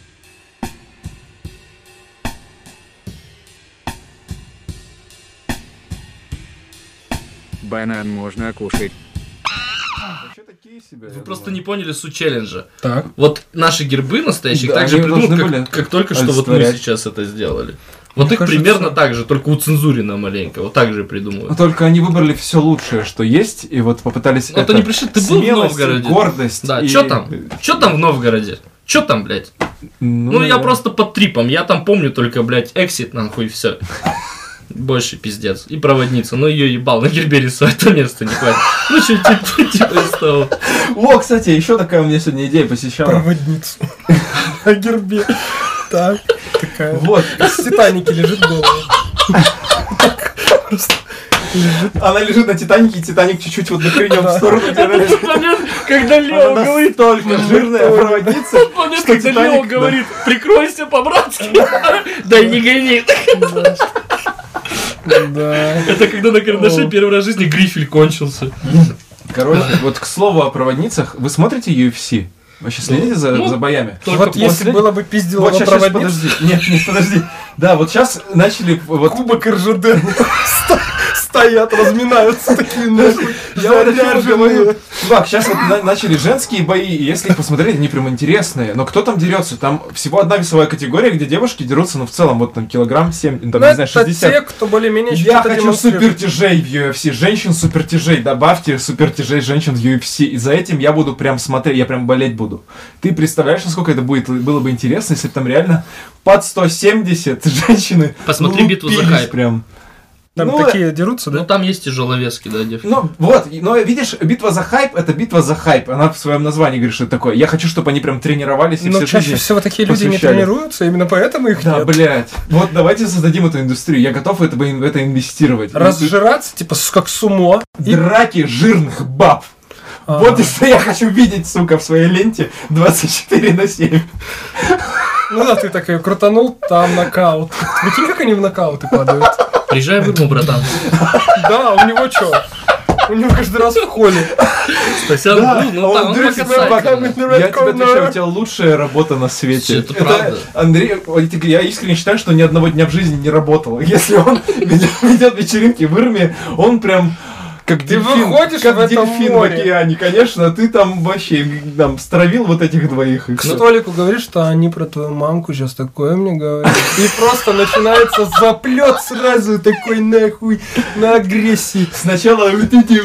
Банан можно кушать. Вообще такие себе. Вы просто не поняли суть челленджа. Так. Вот наши гербы настоящие Да, также они должны придумают, были как только что вот мы олицетворять. сейчас это сделали. Вот Мне их кажется, примерно так же, только у цензурина маленько. Вот так же придумывают. Только они выбрали все лучшее, что есть, и вот попытались Ну, это не пришли, ты был в смелость, Новгороде. гордость. Да, и- чё там? Чё там в Новгороде? Чё там, блядь? Ну, я наверное. просто под трипом. Я там помню только, блядь, эксит, нахуй, все. Больше пиздец. И проводница. Ну, ее ебал на гербе рисовать, то место не хватит. Ну, что, типа из того. О, кстати, еще такая у меня сегодня идея посещала. Проводницу. На гербе. Так, такая. Вот, В Титанике лежит голова. она лежит на Титанике, и Титаник чуть-чуть вот накренен в сторону, где она лежит. Момент, когда Лео Она говорит, настолько жирная проводница, момент, что когда Лео Титаник... говорит, прикройся по-братски. Да не гони. Да. Это когда на карандаше первый раз в жизни грифель кончился. Короче, вот к слову о проводницах, вы смотрите UFC? Вообще следите Ну, за боями? Только Вот если было бы пиздилово Вот сейчас, проводниц, подожди. Нет, подожди. Да, вот сейчас начали... Вот кубок РЖД стоят, разминаются такие нахуй. я вот о чем говорю. Чувак, сейчас вот начали женские бои, и если их посмотреть, они прям интересные. Но кто там дерется? Там всего одна весовая категория, где девушки дерутся, ну, в целом, вот там килограмм 7, там, Ну, не знаю, это те, 60. кто более-менее Я что-то хочу демонстрирует. супертяжей в UFC, женщин супертяжей, добавьте супертяжей женщин в UFC, и за этим я буду прям смотреть, я прям болеть буду. Ты представляешь, насколько это было бы интересно, если бы там реально под 170 женщины Посмотри «Битву за лупились хайп». прям. Там Ну, такие дерутся, Ну, да? там есть тяжеловески, да, девки. Ну, вот, но видишь, битва за хайп, это битва за хайп. Она в своем названии говорит, что это такое. Я хочу, чтобы они прям тренировались и Но все чаще жизнь всего такие люди не посвящали. тренируются, именно поэтому их Да, нет. блядь. Вот давайте создадим эту индустрию. Я готов в это инвестировать. Разжираться, типа, как сумо. И Драки жирных баб. А. Вот и что я хочу видеть, сука, в своей ленте 24/7. Ну да, ты так ее крутанул, там нокаут. Прикинь, как они в нокауты падают. Приезжай в Ирму, братан. Да, у него что? У него каждый раз в холле. Стасян был, ну там, он Я показательный. тебе отвечаю, у тебя лучшая работа на свете. Это правда. Андрей, я искренне считаю, что ни одного дня в жизни не работал. Если он ведет вечеринки в Ирме, он прям как Ты дельфин, выходишь как в этом дельфин в море. океане, конечно, ты там вообще там стравил вот этих двоих. И Ну, всё. Толику говоришь, что они про твою мамку сейчас такое мне говорят. И просто начинается заплет сразу такой нахуй на агрессии. Сначала вот эти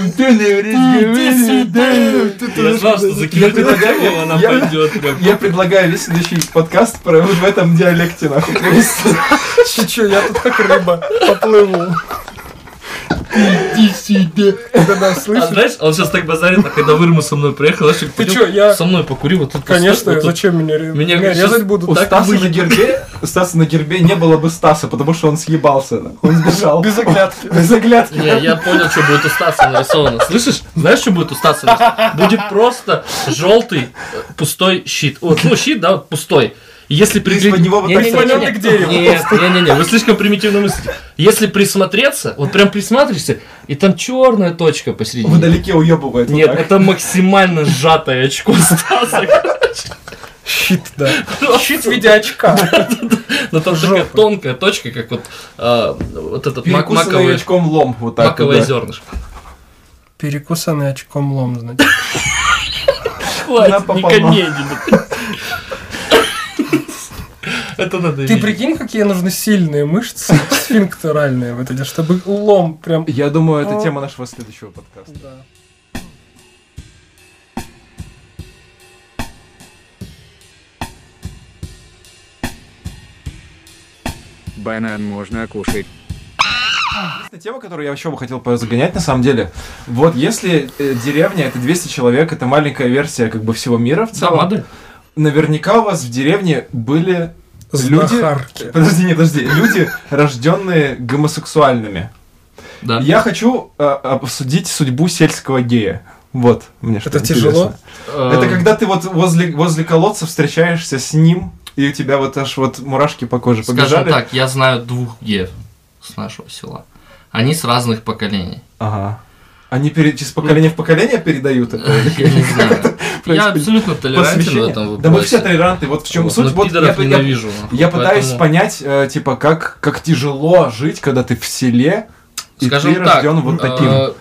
Я знал, что за киберпедагогом она пойдет прям. Я предлагаю весь следующий подкаст про вот в этом диалекте нахуй провести. Ты чё, я тут как рыба поплыву. Иди себе. Да, А слышишь? знаешь, он сейчас так базарит, а когда в Ирму со мной приехал, знаешь, как Ты пойдем чё, я... со мной покури, вот тут Конечно, постой, вот тут. зачем меня Меня резать сейчас будут? У Так Стаса выйдет. на Гербе не было бы Стаса, потому что он съебался. нахуй. Он сбежал. Без оглядки. Без оглядки. Не, я понял, что будет у Стаса нарисовано. Слышишь? Знаешь, что будет у Стаса нарисовано? Будет просто желтый пустой щит. Вот, ну, щит, да, вот пустой. И если из-под него вот так прислонённый к дереву. Нет, вы слишком примитивно мыслите. Если присмотреться, вот прям присматривайся, и там черная точка посередине. Вдалеке уебывает. вот Нет, так. это максимально сжатое очко Стаса. Щит, да. Щит в виде очка. Но там Жопа. такая тонкая точка, как вот вот этот Перекусанный маковый очком лом. Вот так. маковое вот, да. зернышко. Перекусанный очком лом, значит. Хватит, не пополам. комедий. Это надо Ты видеть. прикинь, какие нужны сильные мышцы сфинктеральные, вот эти, чтобы лом прям... Я думаю, это тема нашего следующего подкаста. Да. Банан можно кушать. Единственная тема, которую я еще бы хотел загонять, на самом деле. Вот если деревня это 200 человек, это маленькая версия как бы всего мира в Да, целом. модель. Наверняка у вас в деревне были люди... Знахарки. Подожди, люди, рожденные гомосексуальными. Да. Я хочу обсудить судьбу сельского гея. Вот, мне что Это тяжело? Это когда ты вот возле колодца встречаешься с ним, и у тебя вот аж вот мурашки по коже Скажем побежали. так, я знаю 2 геев с нашего села. Они с разных поколений. Ага. Они из поколения в поколение передают это? Я не знаю. Я происходит? абсолютно толерантен в Посвящение? этом вопросе. Да мы все толерантны, вот в чем Вот, суть. но Вот пидоров ненавижу. я пытаюсь поэтому, понять, типа, как тяжело жить, когда ты в селе, и скажем ты так, рожден вот таким.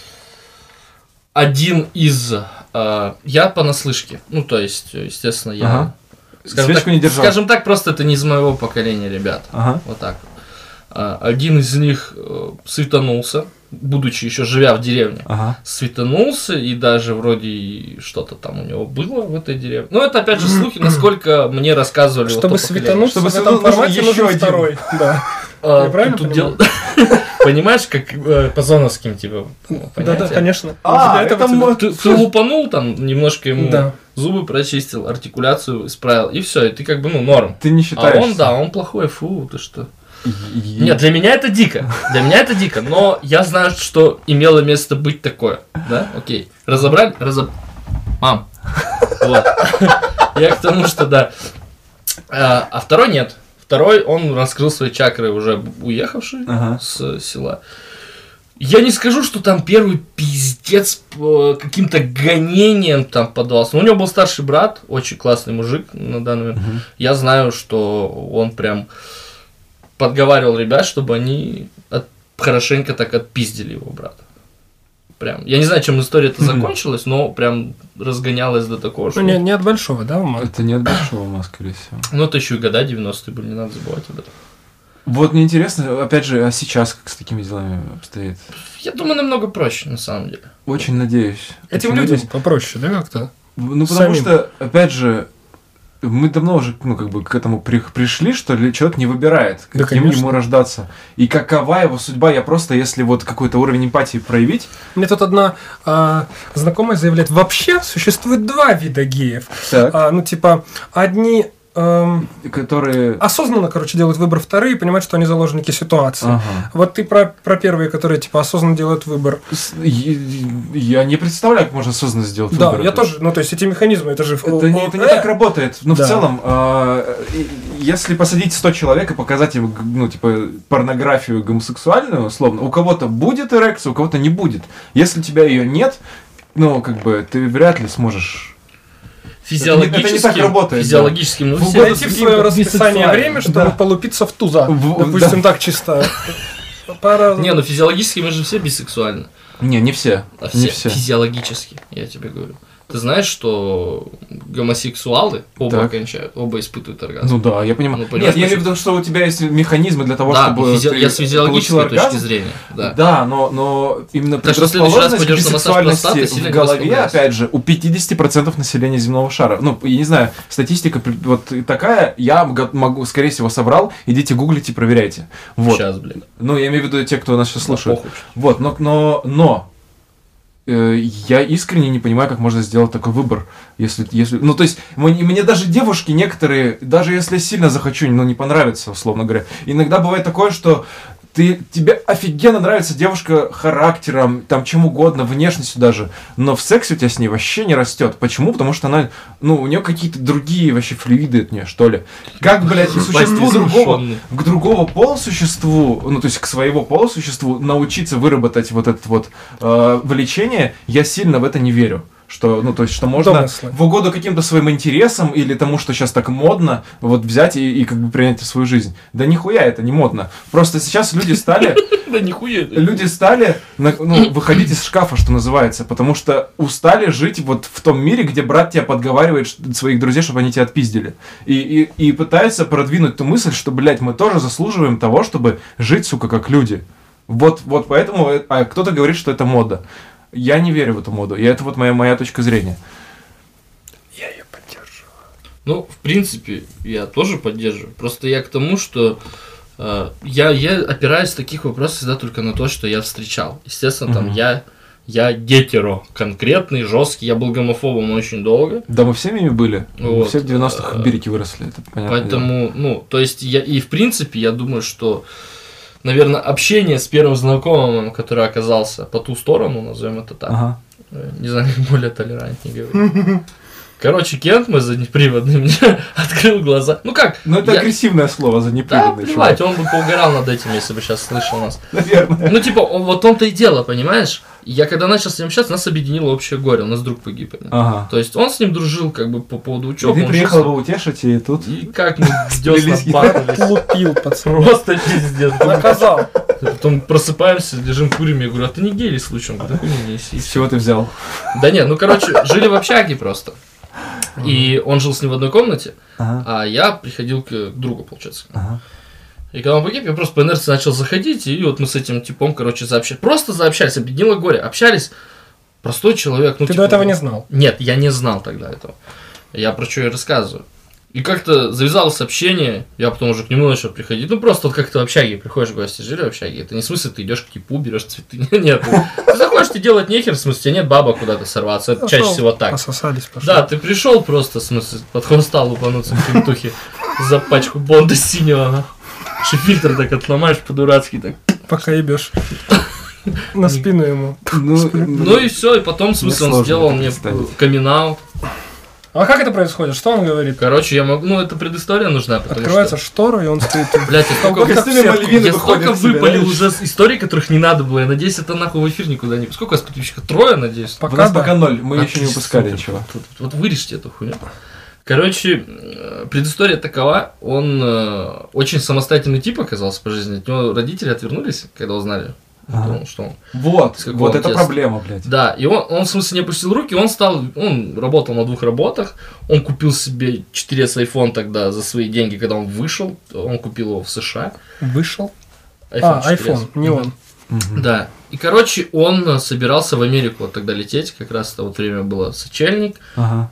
Один из... Я понаслышке. Ну, то есть, естественно, я... Ага. Скажем Свечку так, не держал. скажем так, просто это не из моего поколения, ребят. Ага. Вот так вот. Один из них светанулся, будучи еще живя в деревне. Ага. Светанулся, и даже вроде и что-то там у него было в этой деревне. Но это опять же слухи, насколько мне рассказывали. вот Чтобы то поколение. светануться Чтобы в этом нужен формате еще нужен один. второй. Да. А, Я правильно тут понимаю? Понимаешь, как по зоновским, типа, Да-да, понятия? конечно. А, Для этого это тебе- мо- Ты лупанул там, немножко ему Да. зубы прочистил, артикуляцию исправил, и все, и ты как бы, ну, норм. Ты не А считаешь? он, да, он плохой, фу, ты что. Нет, для меня это дико. Для меня это дико, но я знаю, что имело место быть такое. Да? Окей. Разобрали? Мам. Вот. Я к тому, что да. А второй нет. Второй, он раскрыл свои чакры, уже уехавший Ага. с села. Я не скажу, что там первый пиздец по каким-то гонениям там поддался. Но у него был старший брат, очень классный мужик на данный момент. Я знаю, что он прям подговаривал ребят, чтобы они хорошенько так отпиздили его брата. Прям. Я не знаю, чем история это закончилась, но прям разгонялась до такого, что... Ну, не от большого, да, ума? Это не от большого ума, скорее всего. Ну, это еще и года 90-е были, не надо забывать об этом. Вот мне интересно, опять же, а сейчас как с такими делами обстоит? Я думаю, намного проще, на самом деле. Очень надеюсь. Этим Очень людям надеюсь. попроще, да, как-то? Ну, потому самим. что, опять же, мы давно уже, ну, как бы к этому пришли, что ли, человек не выбирает, Да, каким конечно. ему рождаться. И какова его судьба, я просто, если вот какой-то уровень эмпатии проявить, Мне тут одна знакомая заявляет, вообще существует 2 вида геев. так, Ну, типа, одни которые... осознанно, короче, делают выбор вторые и понимают, что они заложники ситуации. Ага. Вот ты про первые, которые, типа, осознанно делают выбор. Я не представляю, как можно осознанно сделать выбор. Да, я тоже, ну, то есть, эти механизмы, это же... Это не так работает. Ну, Да. в целом, если посадить 100 человек и показать им, ну, типа, порнографию гомосексуальную, условно, у кого-то будет эрекция, у кого-то не будет. Если у тебя ее нет, ну, как бы, ты вряд ли сможешь... Физиологически, это не так работает, физиологически, ну, В все угоду Найти в с свое каким-то расписание бисексуальным, время, чтобы да. полупиться в туза. В- Допустим, да. так чисто. Пора... Не, ну физиологически мы же все бисексуальны. Не все. А Не все все. физиологически, я тебе говорю. Ты знаешь, что гомосексуалы оба Так. кончают, оба испытывают оргазм? Ну да, я понимаю. Ну, понимаешь, Нет, я имею в почему? виду, что у тебя есть механизмы для того, да, чтобы я ты с получил физиологической точки оргазм. зрения. Да. Да, но именно Так что в следующий раз предрасположенность к пойдешь на массаж простаты, бисексуальности сильно в не голове, расслабляйся. опять же, у 50% населения земного шара. Ну, я не знаю, статистика вот такая, я могу, скорее всего, соврал, идите гуглите, проверяйте. Вот. Сейчас, блин. Ну, я имею в виду те, кто нас сейчас Да, слушает. похуй. Вот, но я искренне не понимаю, как можно сделать такой выбор, если, ну, то есть, мне даже девушки некоторые, даже если я сильно захочу, но не понравится, условно говоря, иногда бывает такое, что тебе офигенно нравится девушка характером, там, чем угодно, внешностью даже, но в сексе у тебя с ней вообще не растет. Почему? Потому что она, ну, у нее какие-то другие вообще флюиды от нее, что ли. Как, блядь, существу к другого полусуществу, ну, то есть к своего полусуществу научиться выработать вот это вот влечение, я сильно в это не верю. Что, ну, то есть, что можно Домыслы. в угоду каким-то своим интересам или тому, что сейчас так модно, вот взять и как бы принять в свою жизнь. Да нихуя это не модно. Просто сейчас люди стали... Да нихуя. Люди стали выходить из шкафа, что называется, потому что устали жить вот в том мире, где брат тебя подговаривает своих друзей, чтобы они тебя отпиздили. И пытаются продвинуть ту мысль, что, блядь, мы тоже заслуживаем того, чтобы жить, сука, как люди. Вот поэтому... А кто-то говорит, что это мода. Я не верю в эту моду. И это вот моя точка зрения. Я ее поддерживаю. Ну, в принципе, я тоже поддерживаю. Просто я к тому, что я опираюсь в таких вопросах всегда только на то, что я встречал. Естественно, там я гетеро конкретный, жесткий. Я был гомофобом очень долго. Да, мы всеми ими были. Мы Вот. все в 90-х в Бирике выросли. Это понятно. Поэтому, ну, то есть в принципе, я думаю, что, наверное, общение с первым знакомым, который оказался по ту сторону, назовем это так. Ага. Не знаю, как более толерантнее говорить. Короче, Кент мой заднеприводный мне открыл глаза. Ну как? Ну, это агрессивное слово за Да, неприводный плевать, он бы поугарал над этим, если бы сейчас слышал нас. Наверное. Ну, типа, вот в том-то и дело, понимаешь? Я когда начал с ним общаться, нас объединило общее горе, у нас друг погиб. Ага. То есть он с ним дружил как бы по поводу И учебы. ты он приехал учился. его утешить, и тут... И как мы Сплелись. дёсна бахнулись. Лупил, пацан. Просто пиздец. Наказал. Потом просыпаемся, лежим, курим, я говорю, а ты не гей ли случаем? Да хуй не неси. С чего ты взял? Да нет, ну короче, жили в общаге просто. И он жил с ним в одной комнате, Ага. а я приходил к другу, получается. Ага. И когда он погиб, я просто по инерции начал заходить, и вот мы с этим типом, короче, заобщались. Просто заобщались, объединило горе, общались. Простой человек. Ну, Ты типа, до этого не знал. Нет, я не знал тогда этого. Я про что и рассказываю. И как-то завязалось общение, я потом уже к нему начал приходить. Ну, просто вот как ты в общаге приходишь в гости, жили в общаге. Это не в смысле, ты идешь к кипу, берешь цветы. Нет, ты заходишь, ты делать нехер, в смысле, тебе нет бабок куда-то сорваться. Это чаще всего так. Пососались, пошли. Да, ты пришел просто, в смысле, под хвоста лупануться в кентухе за пачку Бонда синего. Еще фильтр так отломаешь по-дурацки так. Пока ебешь. На спину ему. Ну и все, и потом, в смысле, он сложно сделал это мне представить. камин-аут. А как это происходит? Что он говорит? Короче, я могу, ну это предыстория нужна, потому Открывается что... штору, и он стоит. Блять, я Как столько, в сетку. я столько выпалил уже историй, которых не надо было. Я надеюсь, это нахуй в эфир никуда не... Сколько у вас подписчиков? 3, надеюсь? У нас пока да. 0, мы еще не Отлично, выпускали супер. ничего. Вот вырежьте эту хуйню. Короче, предыстория такова. Он очень самостоятельный тип оказался по жизни. От него родители отвернулись, когда узнали, что он... Вот, С какого вот это детства? проблема, блядь. Да, и он в смысле не опустил руки, он работал на 2 работах, он купил себе 4S iPhone тогда за свои деньги, когда он вышел, он купил его в США. Вышел. iPhone 4S. iPhone, не он. Да, и короче, он собирался в Америку вот тогда лететь, как раз это вот время было сочельник, Ага.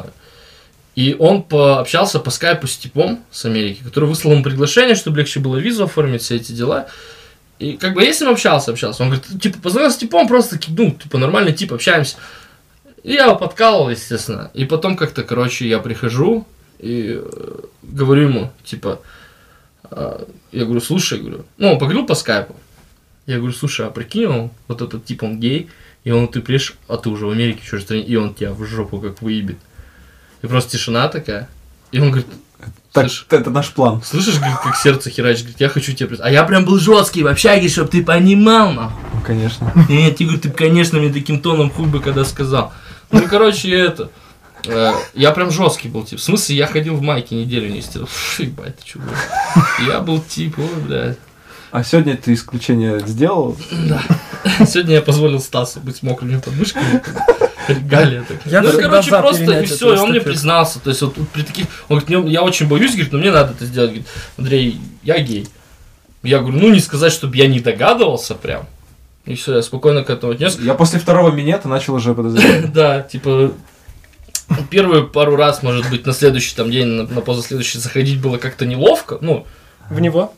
и он пообщался по скайпу с типом с Америки, который выслал ему приглашение, чтобы легче было визу оформить, все эти дела. И как бы я с ним общался. Он говорит, типа, позвонил с типом, просто, ну, типа, нормальный тип, общаемся. И я его подкалывал, естественно. И потом как-то, короче, я прихожу, и говорю ему, типа, я говорю, слушай, говорю, ну, он поговорил по скайпу. Я говорю, слушай, а прикинь, он, вот этот тип, он гей, и он, ты приедешь, а ты уже в Америке, в чужой стране, и он тебя в жопу как выебет. И просто тишина такая. И он говорит, Так, слышь, это наш план. слышишь, говорит, как сердце херачит, говорит, я хочу тебя представить. А я прям был жесткий в общаге, чтоб ты понимал, нахуй. Ну, конечно. Нет, Игорь, ты, конечно, мне таким тоном хуй бы когда сказал. Ну, короче, это... я прям жесткий был, тип. В смысле, я ходил в майке неделю не стирал. Ебать, ты чё, блядь. Я был тип, ой, блядь. А сегодня ты исключение сделал? Да. Сегодня я позволил Стасу быть мокрыми подмышками. Регалия такая. Я Ну, даже короче, глаза просто и перенять все, и он мне эту эстафету. признался. То есть, вот при таких... Он говорит, я очень боюсь, говорит, но мне надо это сделать. Говорит, Андрей, я гей. Я говорю, ну, не сказать, чтобы я не догадывался прям. И все, я спокойно к этому отнес. Я после второго минета начал уже подозревать. Да, типа, первые пару раз, может быть, на следующий там день, на позаследующий заходить было как-то неловко. Ну, В него?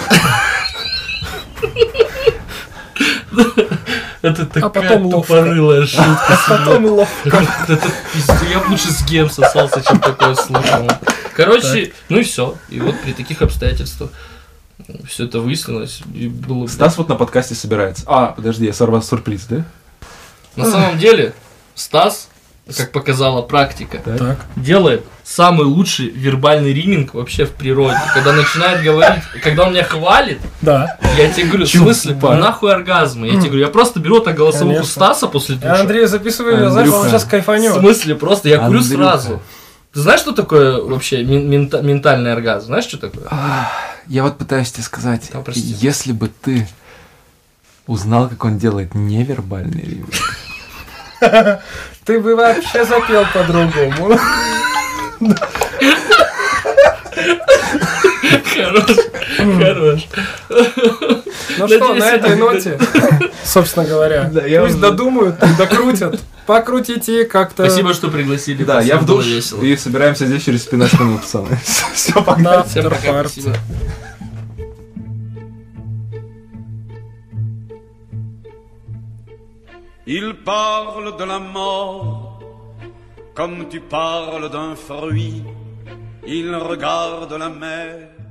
это такая потом ловко. тупорылая шутка. А потом ловко. Это пиздец. Я бы лучше с геем сосался, чем такое слушал. Короче, ну и все. И вот при таких обстоятельствах все это выяснилось. И было... Стас вот на подкасте собирается. А, подожди, я сорвал сюрприз, да? На самом деле, Стас, как показала практика, Так. делает самый лучший вербальный риминг вообще в природе. Когда начинает говорить, когда он меня хвалит, Да. я тебе говорю, в Чё, смысле, пар? нахуй оргазмы? Я тебе говорю, я просто беру так голосовуху Конечно. Стаса после душа. Андрей, записывай ее, знаешь, он Андрюха. сейчас В кайфанет. смысле, просто я курю Андрюха. сразу. Ты знаешь, что такое вообще ментальный оргазм? Знаешь, что такое? Я вот пытаюсь тебе сказать, Да, прости. если бы ты узнал, как он делает невербальный ремикс. Ты бы вообще запел по-другому. Хорош. Ну что, Надеюсь, на этой это- ноте, собственно говоря, Да, я пусть уже- додумают, докрутят, покрутите как-то. Спасибо, что пригласили. Да, я в Было душ весело. и собираемся здесь через 15 минут, пацаны. Все, погнали. На Всем пока, авторпарте. спасибо. Il parle de la mort comme tu parles d'un fruit. Il regarde la mer